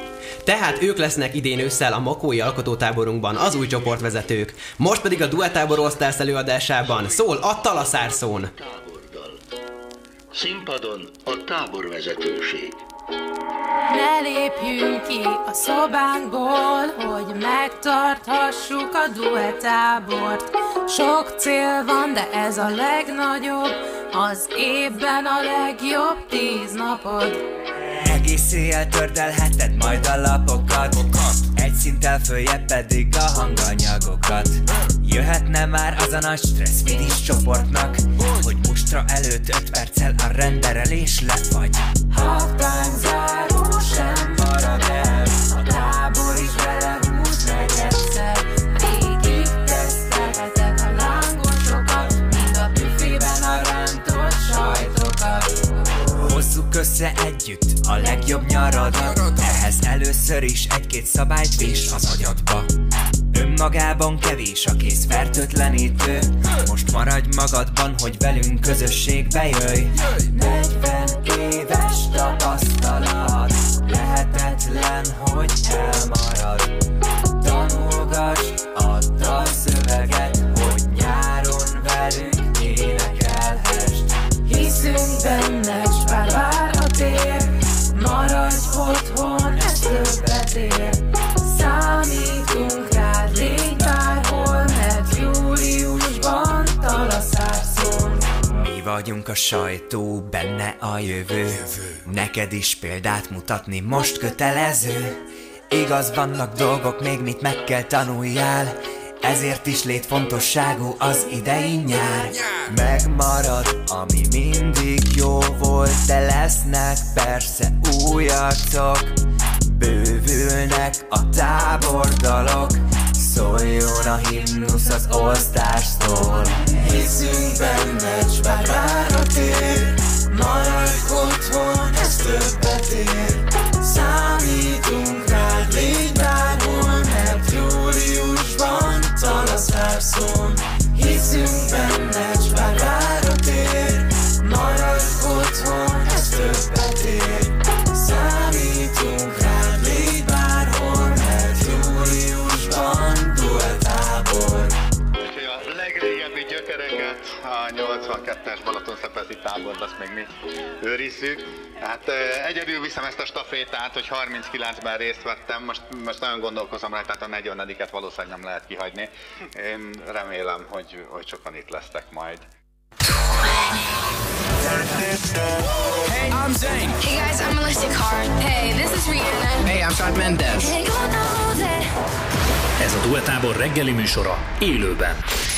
Tehát ők lesznek idén ősszel a Makói alkotótáborunkban az új csoportvezetők. Most pedig a Due Tábor All Stars előadásában szól a Talaszárszón. Színpadon a táborvezetőség. Ne lépjünk ki a szobánkból, hogy megtarthassuk a Due tábort. Sok cél van, de ez a legnagyobb, az évben a legjobb tíz napod. Egész éjjel tördelheted majd a lapokat, egy szinttel följebb pedig a hanganyagokat. Jöhetne már az a nagy stressz finis csoportnak, hogy mustra előtt öt perccel a renderelés lefagy. Halftime záró sem marad el, a tábor is vele húz meg egyszer. Végig tesztelheted a lángosokat, mind a büfében a rántott sajtokat. Hozzuk össze együtt a legjobb nyaradat, ehhez először is egy-két szabályt vés az agyadba. Önmagában kevés a kész fertőtlenítő, most maradj magadban, hogy velünk közösségbe jöjj. negyven éves tapasztalat, lehetetlen, hogy elmarad. Tanulgass a dalszöveget, hogy nyáron velünk énekelhess. Hiszünk benned, s bár vár a tér, maradj otthon, ez többet ér. Számítunk rád, légy bárhol, mert júliusban Talaszárszón. Mi vagyunk a sajtó, benne a jövő, neked is példát mutatni most kötelező. Igaz, vannak dolgok még, mit meg kell tanuljál, ezért is létfontosságú az idei nyár. Megmarad, ami mindig jó volt, de lesznek persze új arcok. Bővülnek a tábordalok, szóljon a himnusz az All Stars-tól. Hiszünk benned, s bár vár Balatonszepesi tábort, azt még mi őrizzük. Hát egyedül viszem ezt a stafétát, hogy harminckilencben részt vettem, most, most nagyon gondolkozom rá, tehát a negyvenediket valószínűleg nem lehet kihagyni. Én remélem, hogy, hogy sokan itt lesztek majd. Hey, I'm Zayn. Hey guys, I'm Melissa Carr. Hey, this is Rihanna. Hey, I'm Shawn Mendes. Hey, you wanna hold it? Ez a Duetábor reggeli műsora élőben.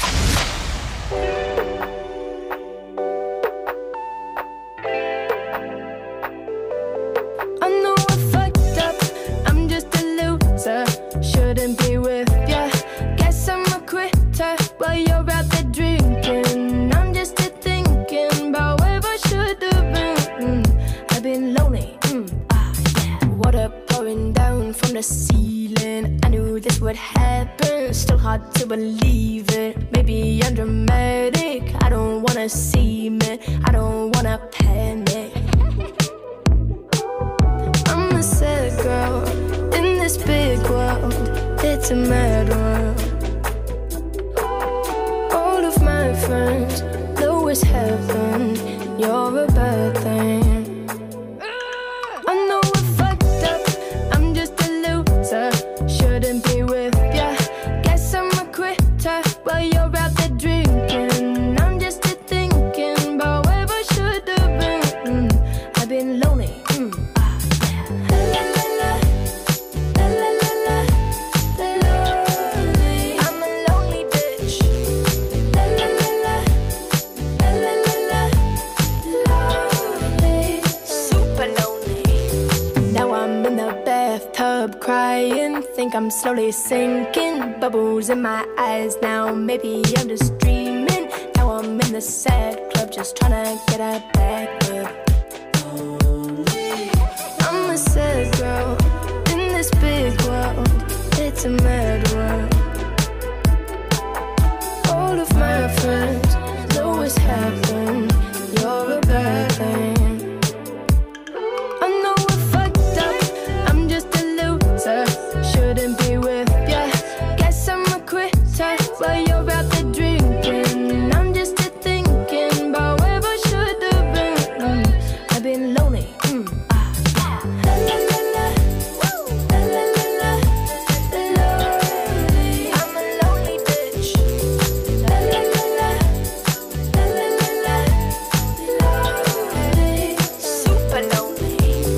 I know I fucked up, I'm just a loser. Shouldn't be with ya. Guess I'm a quitter while you're out there drinking. I'm just a thinking about where I should have been. Mm, I've been lonely. Mm, ah, yeah. Water pouring down from the ceiling. I knew this would happen. Still hard to believe it. Maybe I'm dramatic. I don't wanna see me. I don't wanna panic. I'm a sad girl in this big world. It's a mad world. All of my friends know it's heaven. You're a bad thing. I know I fucked up. I'm just a loser. Shouldn't be with ya. Guess I'm a quitter while you're out there drinking. I'm just a thinking about where I should have been. Mm, I've been lonely. Mm. Crying, think I'm slowly sinking. Bubbles in my eyes now. Maybe I'm just dreaming. Now I'm in the sad club, just trying to get a back up. I'm a sad girl in this big world. It's a mad world. All of my friends know it's happened. You're a bad thing. Shouldn't be with ya. Guess I'm a quitter while you're out there drinking. I'm just a thinking about where I should have been. Mm, I've been lonely. Mm, ah, yeah. La, la, la, woo. La, la, la, la, lonely. I'm a lonely bitch. La, la, la, la, la, la, la, lonely. Super lonely.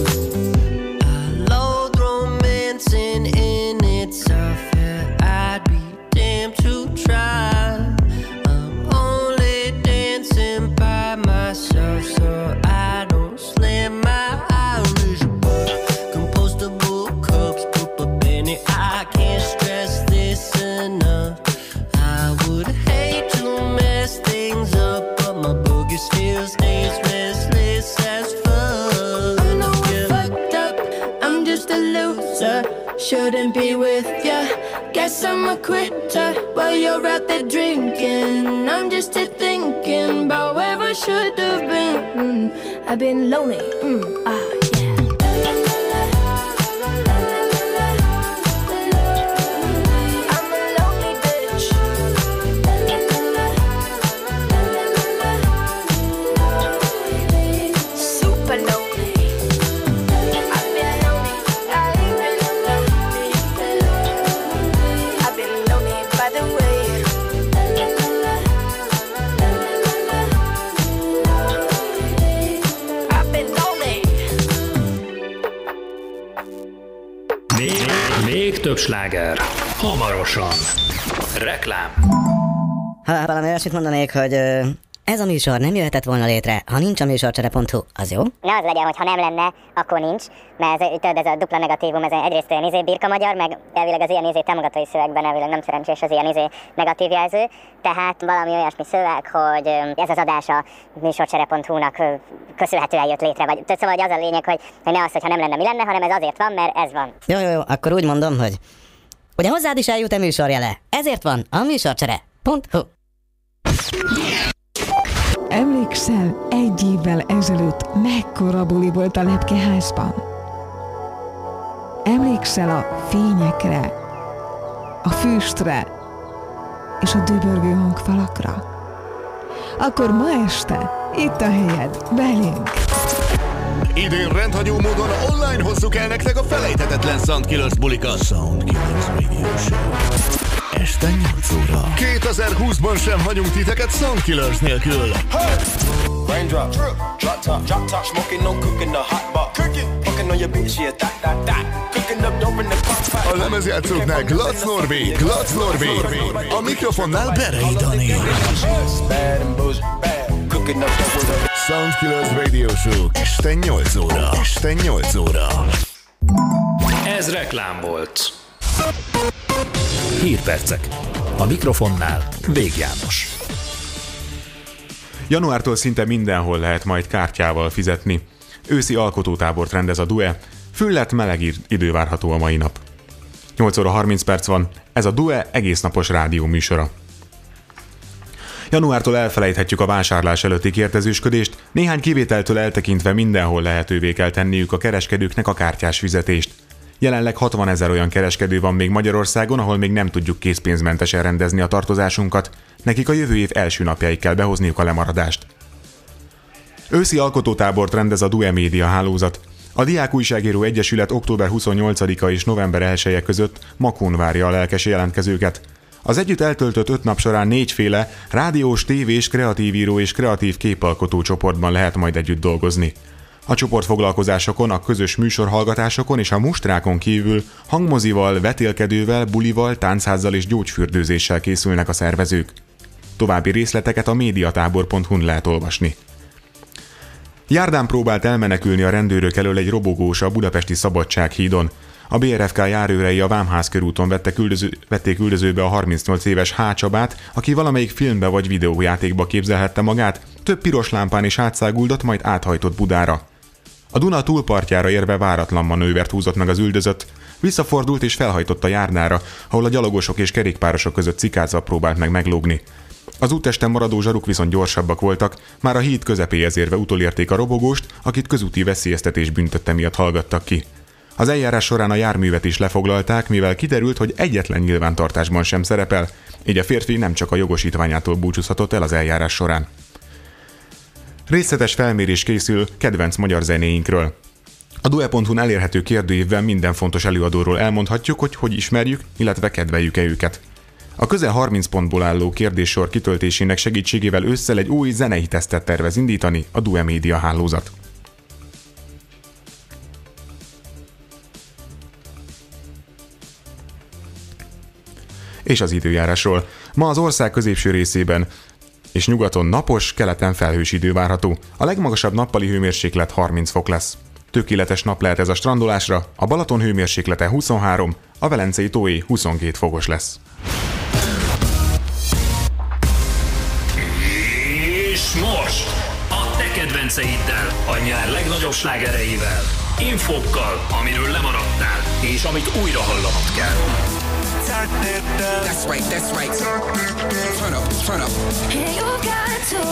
I loathe romancing in itself, yeah, I'd be damned to try. I'm only dancing by myself, so I don't slam my Irish bar. Compostable cups, put a penny, I can't stress this enough. I would hate to mess things up, but my boogie still stays restless as fuck. I know I fucked up, I'm just a loser. Shouldn't be with ya. Guess I'm a quitter while you're out there drinking. I'm just a thinking about where I should have been. Mm, I've been lonely. Mm, ah, yeah. I'm a lonely bitch. Super lonely. I've been lonely. I've been lonely. I've been lonely by the way. I've been lonely. Még, még több sláger. Hamarosan. Reklám. Ha valami olyasmit mondanék, hogy ö, ez a műsor nem jöhetett volna létre, ha nincs a műsorcsere pont hu, az jó? Ne az legyen, hogy ha nem lenne, akkor nincs, mert ez, tudod, ez a dupla negatívum, ez egyrészt olyan izé birka magyar, meg elvileg az ilyen izé támogatói szövegben elvileg nem szerencsés az ilyen izé negatív jelző, tehát valami olyasmi szöveg, hogy ez az adás a műsorcsere pont hu-nak köszönhetően jött létre, vagy szóval hogy az a lényeg, hogy, hogy ne az, hogy ha nem lenne, mi lenne, hanem ez azért van, mert ez van. Jó, jó, jó, akkor úgy mondom, hogy ugye hozzád is eljut a műsorjele, ezért van a műsorcsere pont hu. Emlékszel, egy évvel ezelőtt mekkora buli volt a lepkeházban? Emlékszel a fényekre, a füstre és a dübörgő hangfalakra? Akkor ma este Itt a helyed, velünk. Idén rendhagyó módon online hozzuk el nektek a felejthetetlen Soundkillers bulika. Soundkillers Radio Show. Este nyolc óra. kétezer-húszban sem hagyunk titeket Soundkillers nélkül. Hey! Raindrop, drop top, drop top, smoking, no cooking, the hot box. Cooking, fucking on your bitch, yeah, that, that, that. Cooking up dope in the pot. A lemezjátszóknál Glatz Norbi, Glatz Norbi. A mikrofonnál Berei Dani. Soundkillers Radio Show. Este nyolc óra. Este nyolc óra. Ez reklám volt. Hírpercek. A mikrofonnál Vég János. Januártól szinte mindenhol lehet majd kártyával fizetni. Őszi alkotótábort rendez a due, füllet meleg idő várható a mai nap. nyolc óra harminc perc van, ez a due egésznapos rádió műsora. Januártól elfelejthetjük a vásárlás előtti kérdezősködést, néhány kivételtől eltekintve mindenhol lehetővé kell tenniük a kereskedőknek a kártyás fizetést. Jelenleg hatvanezer olyan kereskedő van még Magyarországon, ahol még nem tudjuk készpénzmentesen rendezni a tartozásunkat, nekik a jövő év első napjáig kell behozniuk a lemaradást. Őszi alkotótábort rendez a due Média hálózat. A Diák Újságíró Egyesület október huszonnyolcadika és november elseje között Makón várja a lelkes jelentkezőket. Az együtt eltöltött öt nap során négyféle rádiós, tévés, kreatívíró és kreatív képalkotó csoportban lehet majd együtt dolgozni. A csoportfoglalkozásokon, a közös műsorhallgatásokon és a mustrákon kívül hangmozival, vetélkedővel, bulival, táncházzal és gyógyfürdőzéssel készülnek a szervezők. További részleteket a médiatábor pont hu-n lehet olvasni. Járdán próbált elmenekülni a rendőrök elől egy robogós a budapesti Szabadsághídon. A bé er ef ká járőrei a Vámház körúton vettek, üldöző, vették üldözőbe a harmincnyolc éves H. Csabát, aki valamelyik filmbe vagy videójátékba képzelhette magát, több piros lámpán is átszáguldott, majd áthajtott Budára. A Duna túlpartjára érve váratlan manővert húzott meg az üldözött, visszafordult és felhajtott a járdára, ahol a gyalogosok és kerékpárosok között cikázva próbált meg meglógni. Az úttesten maradó zsaruk viszont gyorsabbak voltak, már a híd közepéhez érve utolérték a robogóst, akit közúti veszélyeztetés büntötte miatt hallgattak ki. Az eljárás során a járművet is lefoglalták, mivel kiderült, hogy egyetlen nyilvántartásban sem szerepel, így a férfi nem csak a jogosítványától búcsúzhatott el az eljárás során. Részletes felmérés készül kedvenc magyar zenéinkről. A due pont hu-n elérhető kérdőívvel minden fontos előadóról elmondhatjuk, hogy hogy ismerjük, illetve kedveljük-e őket. A közel harminc pontból álló kérdéssor kitöltésének segítségével ősszel egy új zenei tesztet tervez indítani a due Média hálózat. És az időjárásról. Ma az ország középső részében és nyugaton napos, keleten felhős idő várható. A legmagasabb nappali hőmérséklet harminc fok lesz. Tökéletes nap lehet ez a strandolásra, a Balaton hőmérséklete huszonhárom, a Velencei tóé huszonkét fokos lesz. És most a te kedvenceiddel, a nyár legnagyobb slágereivel, infókkal, amiről lemaradtál, és amit újra hallanod kell. That's right, that's right. Turn up, turn up. Hey, you got to.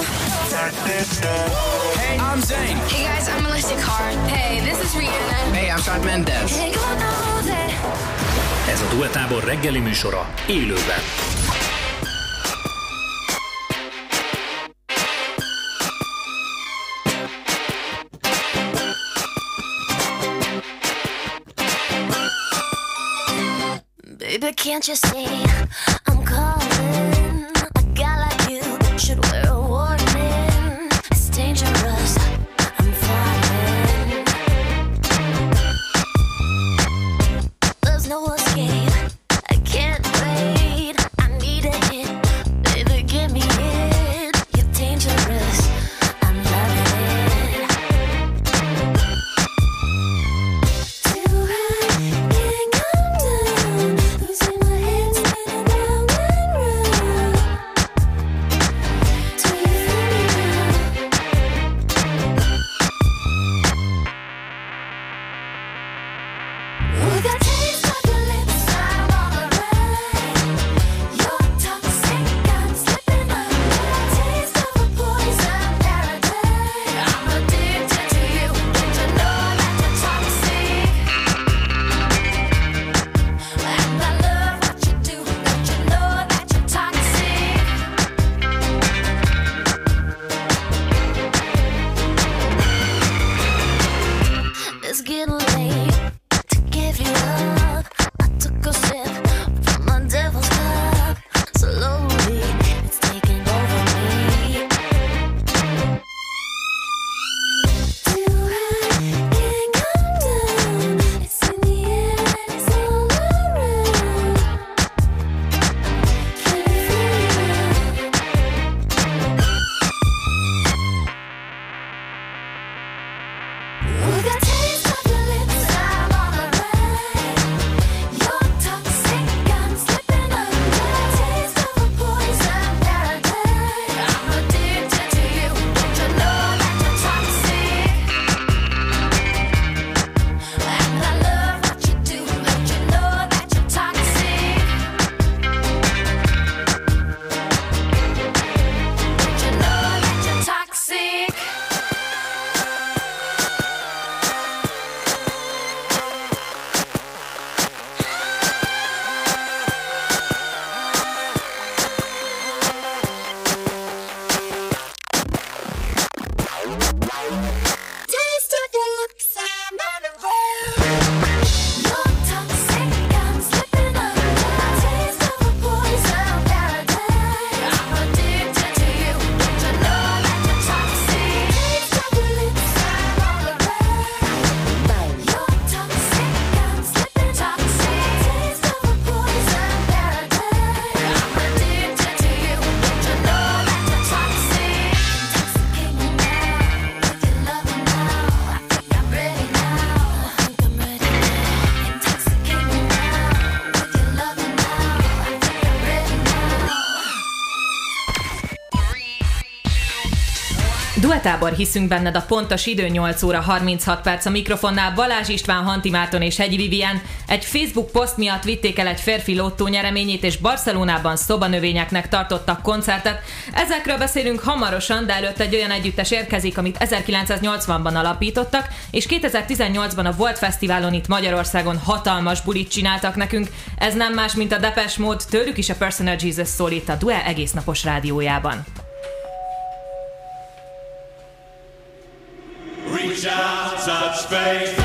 Hey, I'm Zayn. Hey guys, I'm Melissa Carr. Hey, this is Rihanna. Hey, I'm Shawn Mendes. Hey, you know that. Ez a Duetábor reggeli műsora élőben. Baby, can't you see I'm calling? A guy like you should wear a warning. It's dangerous, I'm falling. There's no escape, I can't wait. I need a hit, baby, give me it. You're dangerous, I'm loving it. Too high, can't come down. Losing my head, spinning round. Duetábor hiszünk benned, a pontos idő nyolc óra harminchat perc, a mikrofonnál Balázs István, Hanti Márton és Hegyi Vivien. Egy Facebook poszt miatt vitték el egy férfi lottó nyereményét, és Barcelonában szobanövényeknek tartottak koncertet. Ezekről beszélünk hamarosan, de előtt egy olyan együttes érkezik, amit ezerkilencszáznyolcvanban alapítottak, és kétezer-tizennyolcban a Volt Fesztiválon itt Magyarországon hatalmas bulit csináltak nekünk. Ez nem más, mint a Depeche Mode, tőlük is a Personal Jesus szól itt a Due egész napos rádiójában. Reach out, touch faith.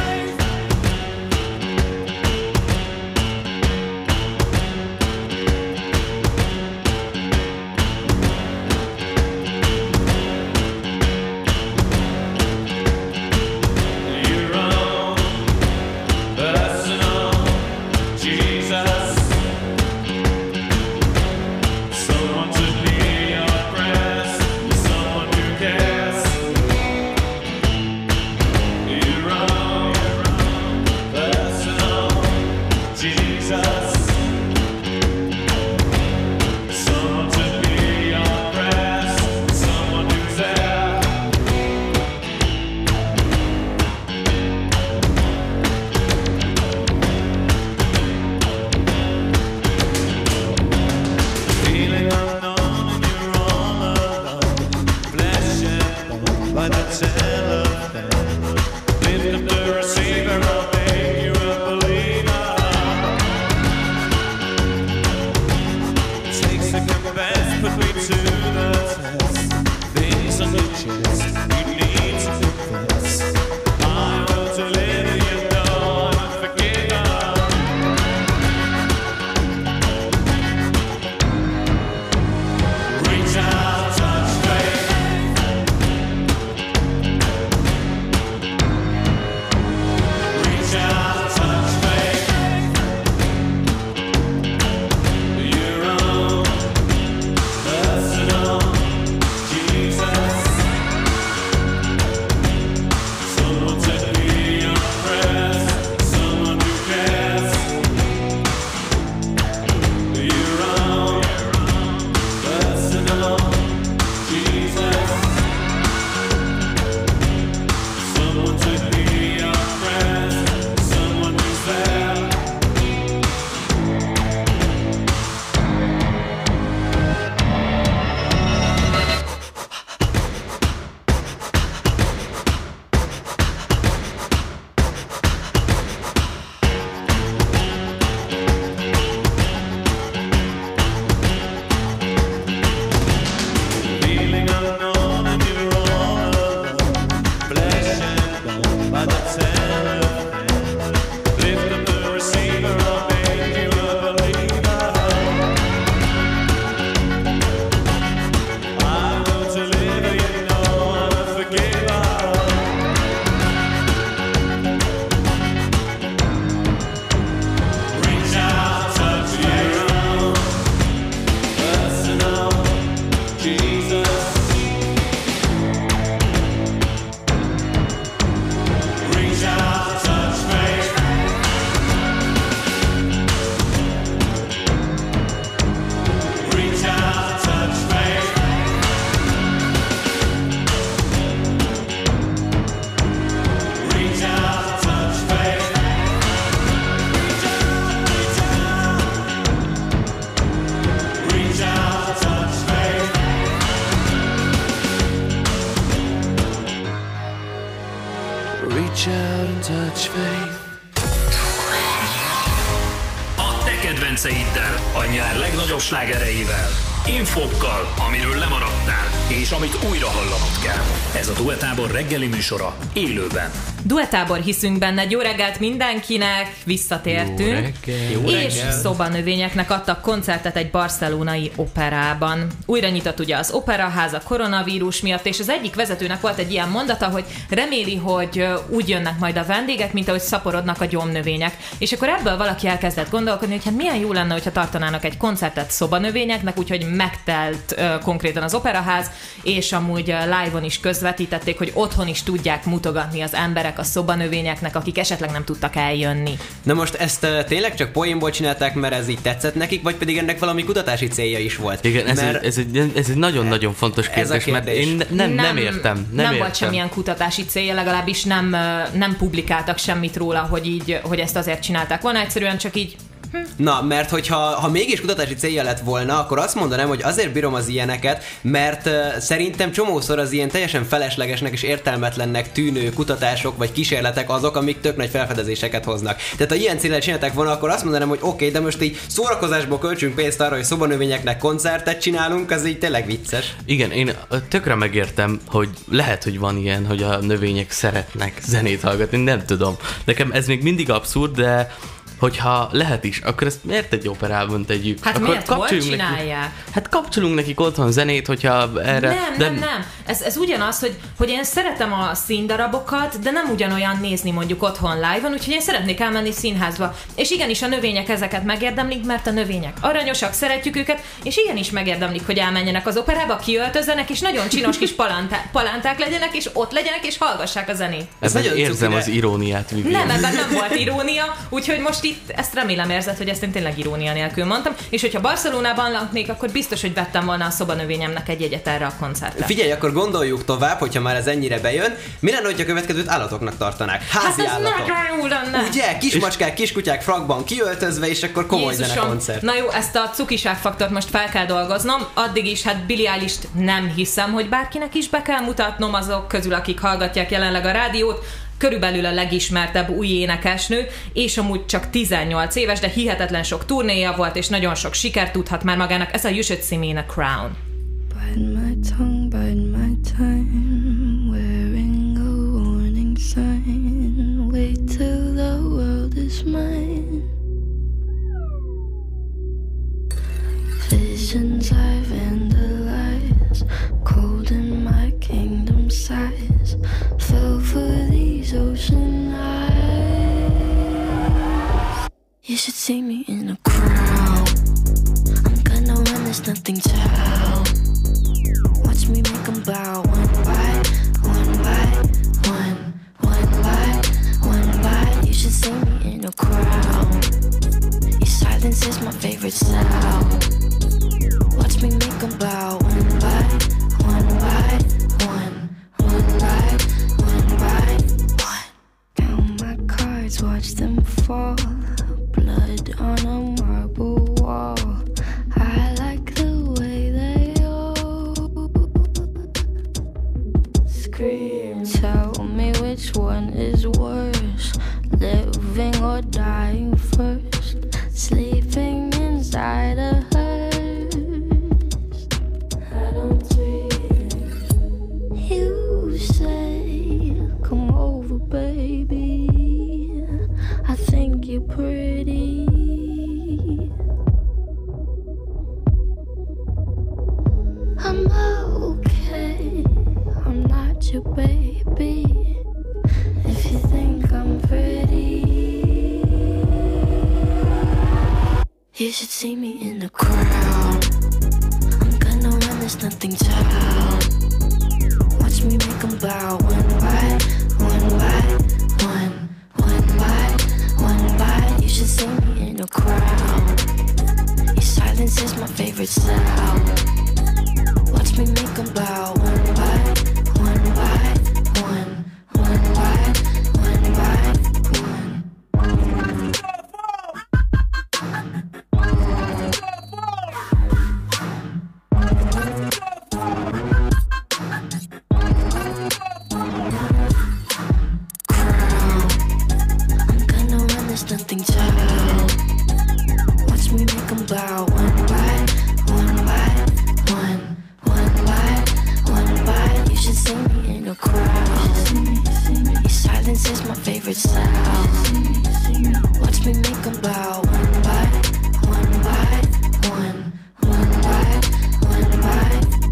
A te kedvenceiddel, a nyár legnagyobb slágereivel, infókkal, amiről lemaradtál, és amit újra hallanod kell. Ez a Duetábor reggeli műsora élőben. Duetábor hiszünk benne, jó reggelt mindenkinek, visszatértünk. Jó reggel. És szobanövényeknek adtak koncertet egy barcelonai operában. Újra nyitott ugye az operaház a koronavírus miatt, és az egyik vezetőnek volt egy ilyen mondata, hogy reméli, hogy úgy jönnek majd a vendégek, mint ahogy szaporodnak a gyomnövények. És akkor ebből valaki elkezdett gondolkodni, hogy hát milyen jó lenne, hogyha tartanának egy koncertet szobanövényeknek, úgyhogy megtelt uh, konkrétan az Operaház, és amúgy uh, live-on is közvetítették, hogy otthon is tudják mutogatni az emberek a szobanövényeknek, akik esetleg nem tudtak eljönni. Na most ezt uh, tényleg csak poénból csinálták, mert ez így tetszett nekik, vagy pedig ennek valami kutatási célja is volt? Igen, ez, mert egy, ez, egy, ez egy nagyon-nagyon fontos kérdés, kérdés. mert én nem, nem, nem értem. Nem, nem értem. volt semmilyen kutatási célja, legalábbis nem, nem publikáltak semmit róla, hogy, így, hogy ezt azért csinálták. Van egyszerűen csak így... Hm. Na, mert hogyha ha mégis kutatási célja lett volna, akkor azt mondanám, hogy azért bírom az ilyeneket, mert uh, szerintem csomószor az ilyen teljesen feleslegesnek és értelmetlennek tűnő kutatások vagy kísérletek azok, amik tök nagy felfedezéseket hoznak. Tehát ha ilyen céllal csinálták volna, akkor azt mondanám, hogy oké, okay, de most így szórakozásból költsünk pénzt arra, hogy szobanövényeknek koncertet csinálunk, az így tényleg vicces. Igen, én tökre megértem, hogy lehet, hogy van ilyen, hogy a növények szeretnek zenét hallgatni, nem tudom. Nekem ez még mindig abszurd, de hogyha lehet is, akkor ezt miért egy operában tegyük? Hát akkor miért? Hol csinálják? Nekik, hát kapcsolunk nekik otthon zenét, hogyha erre... Nem, de... nem, nem. Ez, ez ugyanaz, hogy, hogy én szeretem a színdarabokat, de nem ugyanolyan nézni mondjuk otthon live-on, úgyhogy én szeretnék elmenni színházba. És igenis a növények ezeket megérdemlik, mert a növények aranyosak, szeretjük őket, és igenis megérdemlik, hogy elmenjenek az operába, kiöltözzenek, és nagyon csinos kis palantá- palánták legyenek, és ott legyenek, és hallgassák a zenét. Ez ez érzem az iróniát, Vivian. Nem, ebben nem volt irónia, úgyhogy most itt ezt remélem érzed, hogy ezt én tényleg irónia nélkül mondtam, és hogyha Barcelonában laknék, akkor biztos, hogy vettem volna a szobanövényemnek egy jegyet erre a koncertre. Figyelj, akkor gondoljuk tovább, hogyha már ez ennyire bejön, mi lenne, hogyha a következőt állatoknak tartanák? Házi hát állatok. nagyon jó lenne. Ugye? Kismacskák, kiskutyák frakban kiöltözve, és akkor komoly zenekoncert. Na jó, ezt a cukiságfaktort most fel kell dolgoznom, addig is hát Billie Eilish-t nem hiszem, hogy bárkinek is be kell mutatnom azok közül, akik hallgatják jelenleg a rádiót. Körülbelül a legismertebb új énekesnő, és amúgy csak tizennyolc éves, de hihetetlen sok turnéja volt, és nagyon sok sikert tudhat már magának. Ez a You Should See Me in a Crown. Bite my tongue, bite my time, wearing a warning sign. Wait till the world is mine. Visions I vandalize, cold in my kingdom size. Fell for these ocean eyes. You should see me in a crowd. I'm gonna run, there's nothing to help. Watch me make them bow one by one by one, one by one by. You should see me in a crowd. Your silence is my favorite sound. Watch me make them bow one by one by one, one by one by one. Count my cards, watch them fall. Blood on a marble wall. I like the way they all scream. Tell me which one is worse, living or dying first. Sleeping inside a hearse. I don't dream. You say, come over, baby. I think you're pretty. I'm okay. I'm not your baby. If you think I'm pretty, you should see me in the crowd. I'm gonna run, there's nothing to help. Watch me make them bow one by one by one, one by one by. You should see me in a crowd. Your silence is my favorite sound. Watch me make them bow one by one by one, one by one by one. Nothing to help. Watch me make them bow one by one by one, one by one by. You should see me in a crowd. Your silence is my favorite sound. Watch me make them bow one by one by one, one by one by.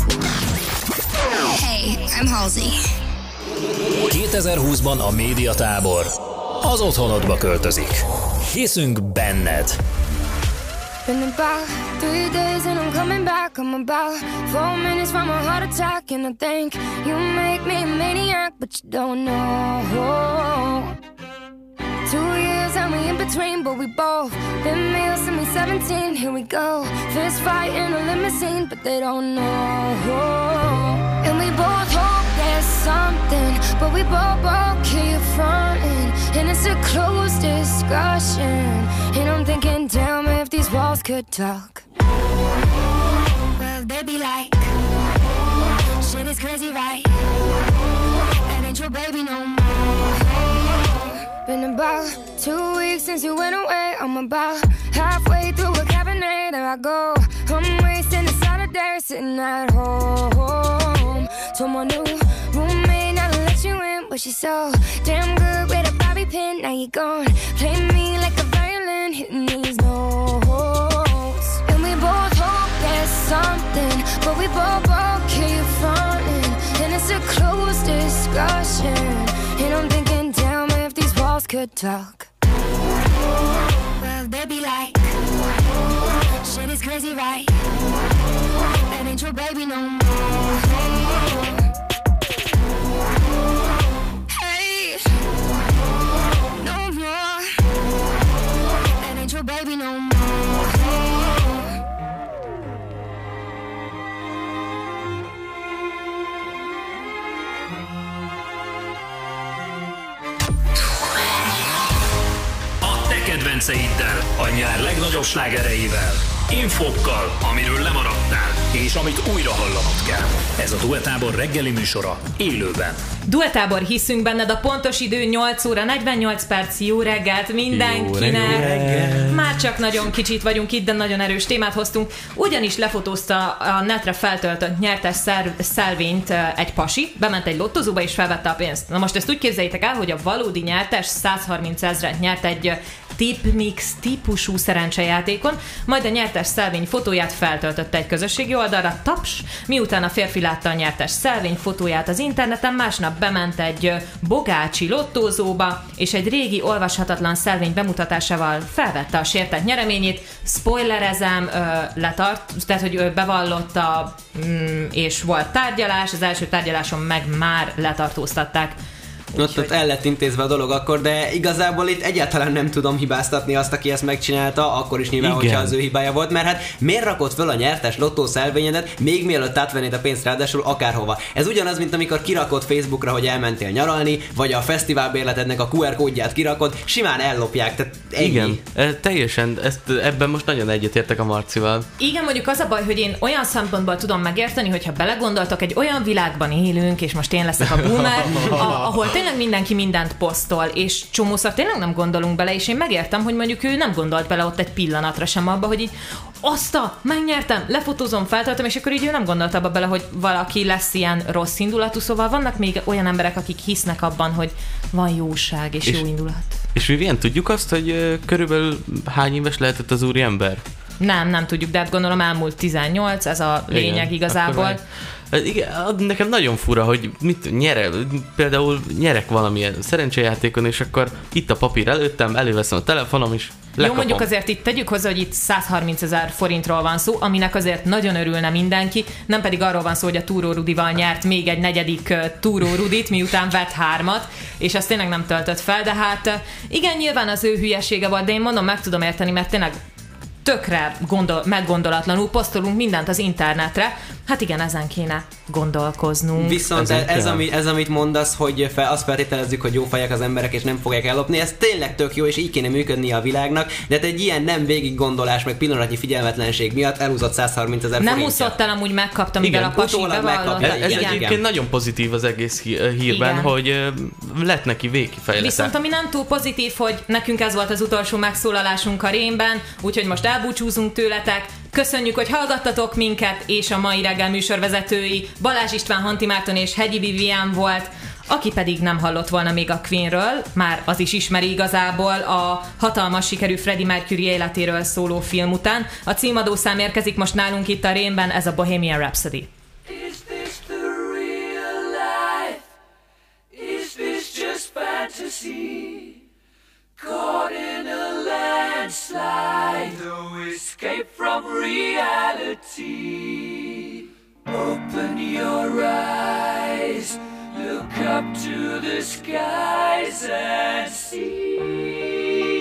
Hey, I'm Halsey. kétezer-húszban a médiatábor az otthonodba költözik. Hiszünk benned! Been about three days and I'm coming back. I'm about four minutes from a heart attack. And I think you make me a maniac, but you don't know. Two years and we in between, but we both been male since we seventeen. Here we go, fist fight in a limousine, but they don't know. And we both hope there's something, but we both, both keep fronting. And it's a closed discussion. And I'm thinking, damn, if these walls could talk. Well, they be like, shit is crazy, right? That ain't your baby no more. Been about two weeks since you went away. I'm about halfway through a Cabernet. There I go, I'm wasting a Saturday sitting at home. Told my new roommate not to let you in, but she's so damn good with a bobby pin. Now you gone, play me like a violin, hitting these notes. And we both hope there's something, but we both, both keep fronting. And it's a closed discussion. And I'm thinking, damn, if these walls could talk. Well, they be like, shit is crazy, right? That ain't your baby no more. Hey, no more. That ain't your baby no more. Kedvenceiddel, a nyár legnagyobb slágereivel, infokkal, amiről lemaradtál, és amit újra hallanod kell. Ez a Duetábor reggeli műsora élőben. Duetábor, hiszünk benned, a pontos idő nyolc óra negyvennyolc perc. Jó reggelt mindenkinek! Jó reggel. Már csak nagyon kicsit vagyunk itt, de nagyon erős témát hoztunk. Ugyanis lefotózta a netre feltöltött nyertes szelvényt egy pasi, bement egy lottozóba és felvette a pénzt. Na most ezt úgy képzeljétek el, hogy a valódi nyertes százharminc ezret nyert egy Tipmix típusú szerencsejátékon, majd a nyertes szelvény fotóját feltöltötte egy közösségi oldalra, taps, miután a férfi látta a nyertes szelvény fotóját az interneten, másnap bement egy bogácsi lottózóba, és egy régi olvashatatlan szelvény bemutatásával felvette a sértett nyereményét. Spoilerezem, letart, tehát hogy ő bevallotta, és volt tárgyalás, az első tárgyaláson meg már letartóztatták. Ott, ott el lett intézve a dolog akkor, de igazából itt egyáltalán nem tudom hibáztatni azt, aki ezt megcsinálta, akkor is nyilván, igen, hogyha az ő hibája volt, mert hát miért rakott föl a nyertes lottószelvényedet, még mielőtt átvennéd a pénzt ráadásul akárhova. Ez ugyanaz, mint amikor kirakod Facebookra, hogy elmentél nyaralni, vagy a fesztiválbérletednek a kú er kódját kirakod, simán ellopják, tehát ennyi. Igen, e, teljesen, ezt, ebben most nagyon egyetértek a Marcival. Igen, mondjuk az a baj, hogy én olyan szempontból tudom megérteni, hogyha belegondoltok, egy olyan világban élünk, és most én leszek a boomer, a, ahol tényleg mindenki mindent posztol, és csomószor tényleg nem gondolunk bele, és én megértem, hogy mondjuk ő nem gondolt bele ott egy pillanatra sem abba, hogy így azt a, megnyertem, lefotózom, feltöltöm, és akkor így ő nem gondolt abba bele, hogy valaki lesz ilyen rossz indulatú, szóval vannak még olyan emberek, akik hisznek abban, hogy van jóság és, és jó indulat. És Vivien, tudjuk azt, hogy uh, körülbelül hány éves lehetett az úriember? Nem, nem tudjuk, de hát gondolom elmúlt tizennyolc, ez a lényeg. Igen, igazából. Igen, nekem nagyon fura, hogy mit nyere, például nyerek valamilyen szerencsejátékon, és akkor itt a papír előttem, előveszem a telefonom is, lekapom. Jó, mondjuk azért itt tegyük hozzá, hogy itt százharmincezer forintról van szó, aminek azért nagyon örülne mindenki, nem pedig arról van szó, hogy a Túró Rudival nyert még egy negyedik uh, Túró Rudit, miután vett hármat, és azt tényleg nem töltött fel, de hát uh, igen, nyilván az ő hülyesége volt, de én mondom, meg tudom érteni, mert tényleg tökre gondol, meggondolatlanul posztolunk mindent az internetre. Hát igen, ezen kéne gondolkoznunk. Viszont ez, ez, ami, ez amit mondasz, hogy fel, azt feltételezzük, hogy jó fejek az emberek, és nem fogják ellopni, ez tényleg tök jó, és így kéne működnie a világnak, de hát egy ilyen nem végig gondolás, meg pillanatnyi figyelmetlenség miatt elhúzott százharmincezer forintja. Nem úszott el, amúgy megkaptam, mivel a pasi bevallotta. Ez igen. Egyébként nagyon pozitív az egész hírben, igen, hogy lett neki végkifejlete. Viszont ami nem túl pozitív, hogy nekünk ez volt az utolsó megszólalásunk a Rémben, úgyhogy most elbúcsúzunk tőletek. Köszönjük, hogy hallgattatok minket, és a mai reggel műsorvezetői Balázs István, Hanti Márton és Hegyi Vivien volt. Aki pedig nem hallott volna még a Queenről, már az is ismeri igazából a hatalmas sikerű Freddie Mercury életéről szóló film után. A címadó szám érkezik most nálunk itt a Rémben, ez a Bohemian Rhapsody. Is this the real life? Is this just fantasy? Caught in a landslide, no escape. escape from reality. Open your eyes, look up to the skies and see.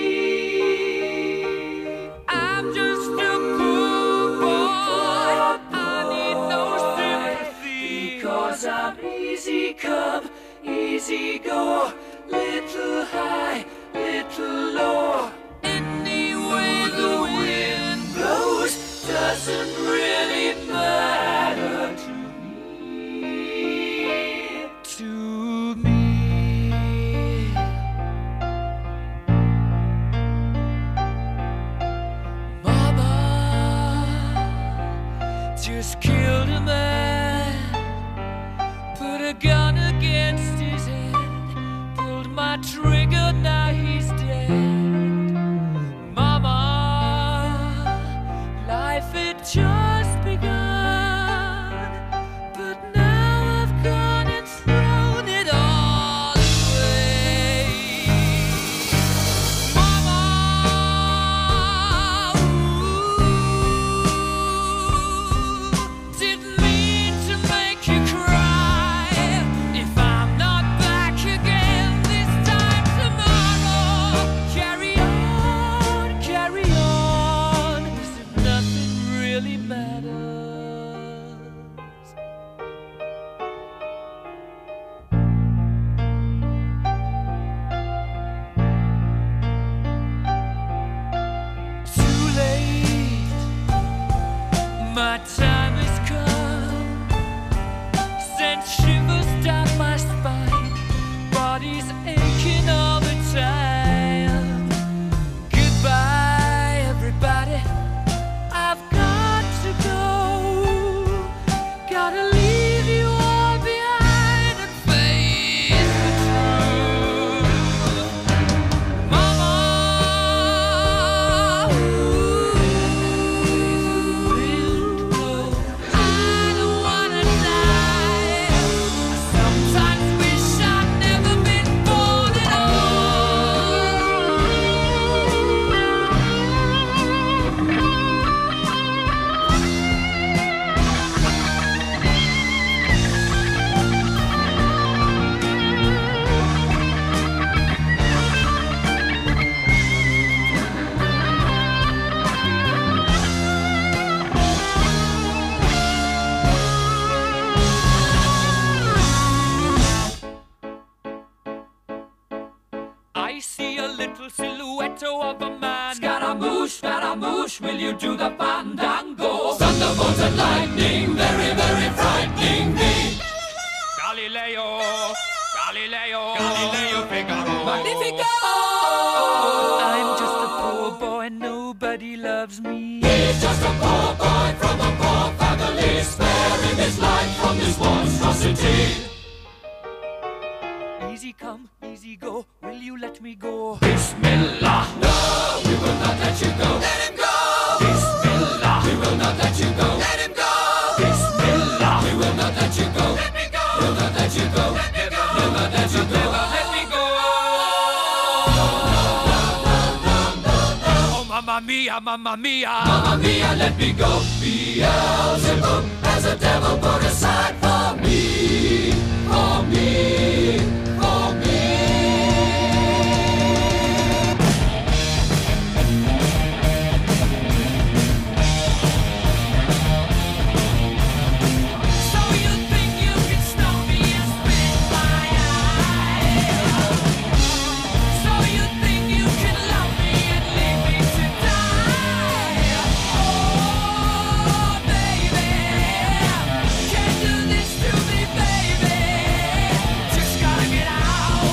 I'm just a poor boy, I need no sympathy, because I'm easy come, easy go, little high, little low. Any way the wind blows doesn't really matter to me, to me. Mama just killed a man, put a gun against his head, pulled my trigger, now he's dead. Mama, life had just begun, but now I've gone and thrown it all away. Mama, ooh, didn't mean to make you cry. If I'm not back again this time tomorrow, carry on, carry on, as if nothing really matters. Too late, my time has come, sent shivers down my spine, body's aching all the time. Goodbye, everybody, I've got to go, gotta leave you all behind and face the truth. Mama, I don't wanna die. I sometimes wish I'd never been born at I see a little silhouette of a man. Scaramouche, Scaramouche, will you do the fandango? Thunderbolts and lightning, very, very frightening me. Galileo, Galileo, Galileo Figaro. Magnifico! I'm just a poor boy, nobody loves me. He's just a poor boy from a poor family, sparing his life from this monstrosity. Easy come, easy go, will you let me go? Bismillah, no, we will not let you go. Let him go! Bismillah, we will not let you go. Let him go! Bismillah, we will not let you go. Let me go! We'll not let you go. Let me go! We'll not let you go. Never let me go! No, no, no, no, no, no, no. Oh, mamma mia, mamma mia, mamma mia, let me go. Beelzebub has a devil put aside for me, for me, for me. So you think you can stop me and spit my eye? So you think you can love me and leave me to die? Oh, baby, can't do this to me, baby. Just gotta get out.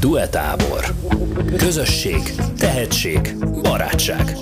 Duetábor. Közösség, tehetség, barátság.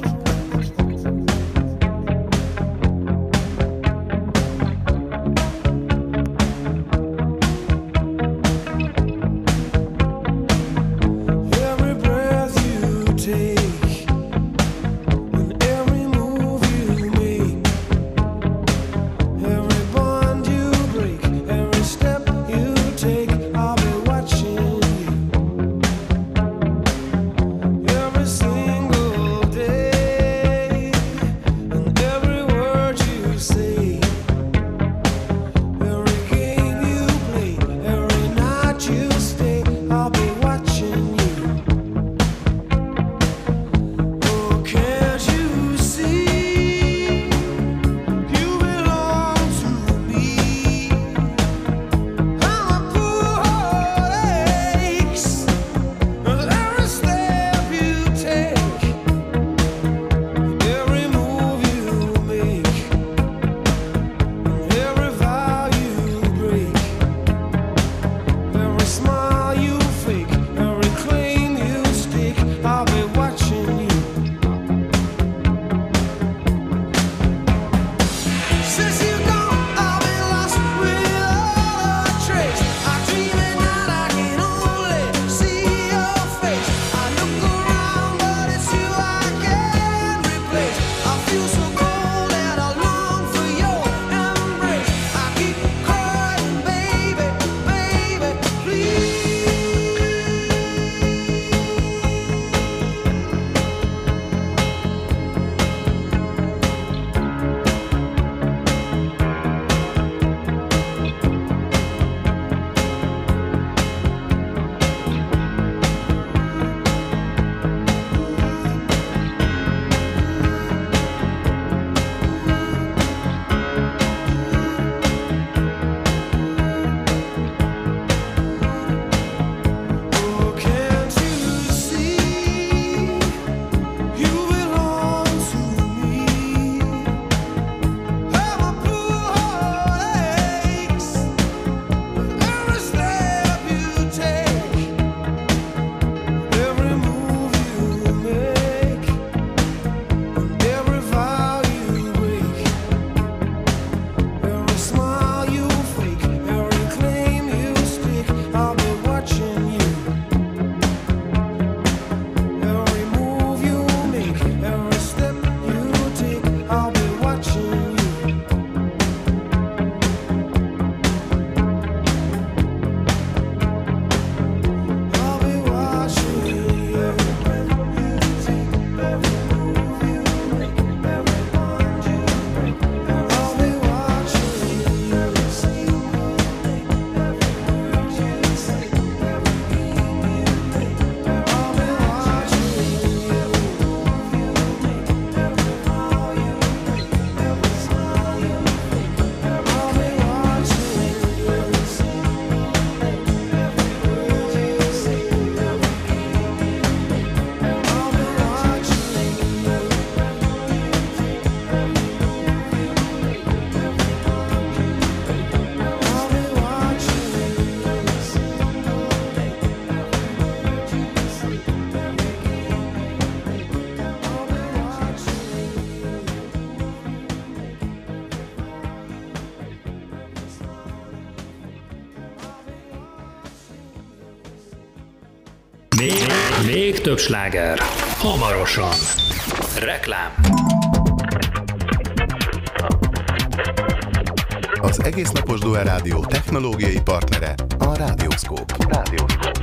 Még, még több sláger. Hamarosan. Reklám. Az egésznapos Duel Rádió technológiai partnere a Radioszkóp. Radioszkóp.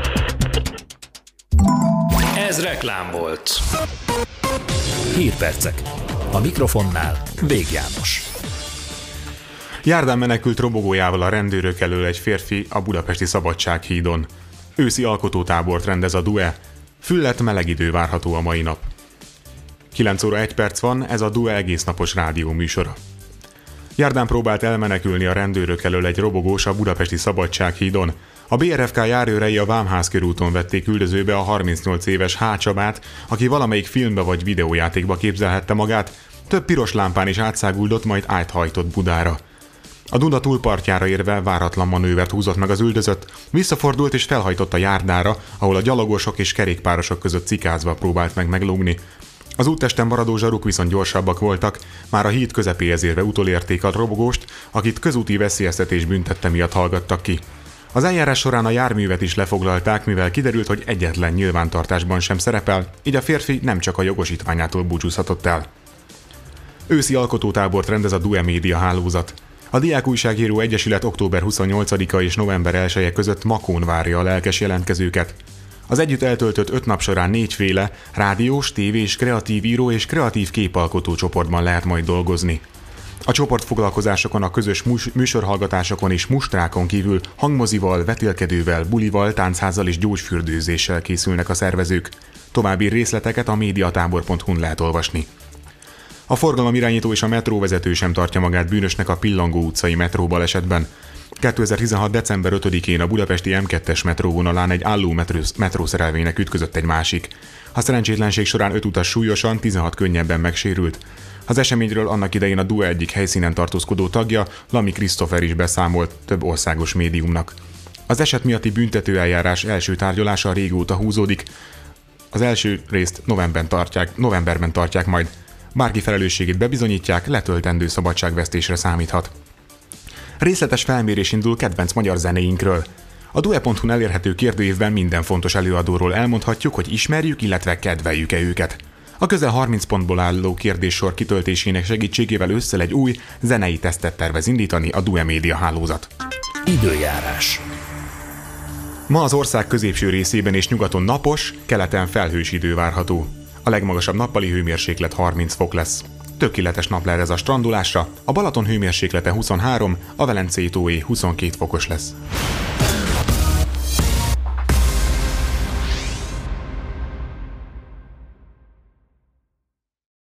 Ez reklám volt. Hírpercek. A mikrofonnál Vég János. Járdán menekült robogójával a rendőrök elől egy férfi a budapesti Szabadsághídon. Őszi alkotótábort rendez a Due. Füllet meleg idő várható a mai nap. kilenc óra egy perc van, ez a Due egésznapos rádió műsora. Járdán próbált elmenekülni a rendőrök elől egy robogós a budapesti Szabadsághídon. A bé er ef ká járőrei a Vámház körúton vették üldözőbe a harmincnyolc éves H. Csabát, aki valamelyik filmbe vagy videójátékba képzelhette magát, több piros lámpán is átszáguldott, majd áthajtott Budára. A Duna túlpartjára érve váratlan manővert húzott meg az üldözött, visszafordult és felhajtott a járdára, ahol a gyalogosok és kerékpárosok között cikázva próbált meg meglógni. Az úttesten maradó zsaruk viszont gyorsabbak voltak, már a híd közepéhez érve utolérték a robogóst, akit közúti veszélyeztetés büntette miatt hallgattak ki. Az eljárás során a járművet is lefoglalták, mivel kiderült, hogy egyetlen nyilvántartásban sem szerepel, így a férfi nem csak a jogosítványától búcsúzhatott el. Őszi alkotótábort rendez a Due Média hálózat. A Diákújságíró Egyesület október huszonnyolcadika és november elseje között Makón várja a lelkes jelentkezőket. Az együtt eltöltött öt nap során négyféle rádiós, tévés, kreatív író és kreatív képalkotó csoportban lehet majd dolgozni. A csoportfoglalkozásokon, a közös műsorhallgatásokon és mustrákon kívül hangmozival, vetélkedővel, bulival, táncházzal és gyógyfürdőzéssel készülnek a szervezők. További részleteket a médiatábor pont hu-n lehet olvasni. A forgalomirányító és a metróvezető sem tartja magát bűnösnek a Pillangó utcai metróbalesetben. kétezer-tizenhat. december ötödikén a budapesti em kettes metróvonalán egy álló metrószerelvénynek ütközött egy másik. A szerencsétlenség során öt utas súlyosan, tizenhat könnyebben megsérült. Az eseményről annak idején a Due egyik helyszínen tartózkodó tagja, Lamy Christopher is beszámolt több országos médiumnak. Az eset miatti büntetőeljárás első tárgyalása régóta húzódik. Az első részt novemberben tartják, novemberben tartják majd. Bárki felelősségét bebizonyítják, letöltendő szabadságvesztésre számíthat. Részletes felmérés indul kedvenc magyar zenéinkről. A due pont hu-n elérhető kérdőívben minden fontos előadóról elmondhatjuk, hogy ismerjük, illetve kedveljük-e őket. A közel harminc pontból álló kérdéssor kitöltésének segítségével ősszel egy új zenei tesztet tervez indítani a Due Média hálózat. Időjárás. Ma az ország középső részében és nyugaton napos, keleten felhős idő várható. A legmagasabb nappali hőmérséklet harminc fok lesz. Tökéletes nap lehet ez a strandolásra, a Balaton hőmérséklete huszonhárom, a Velencei tóé huszonkét fokos lesz.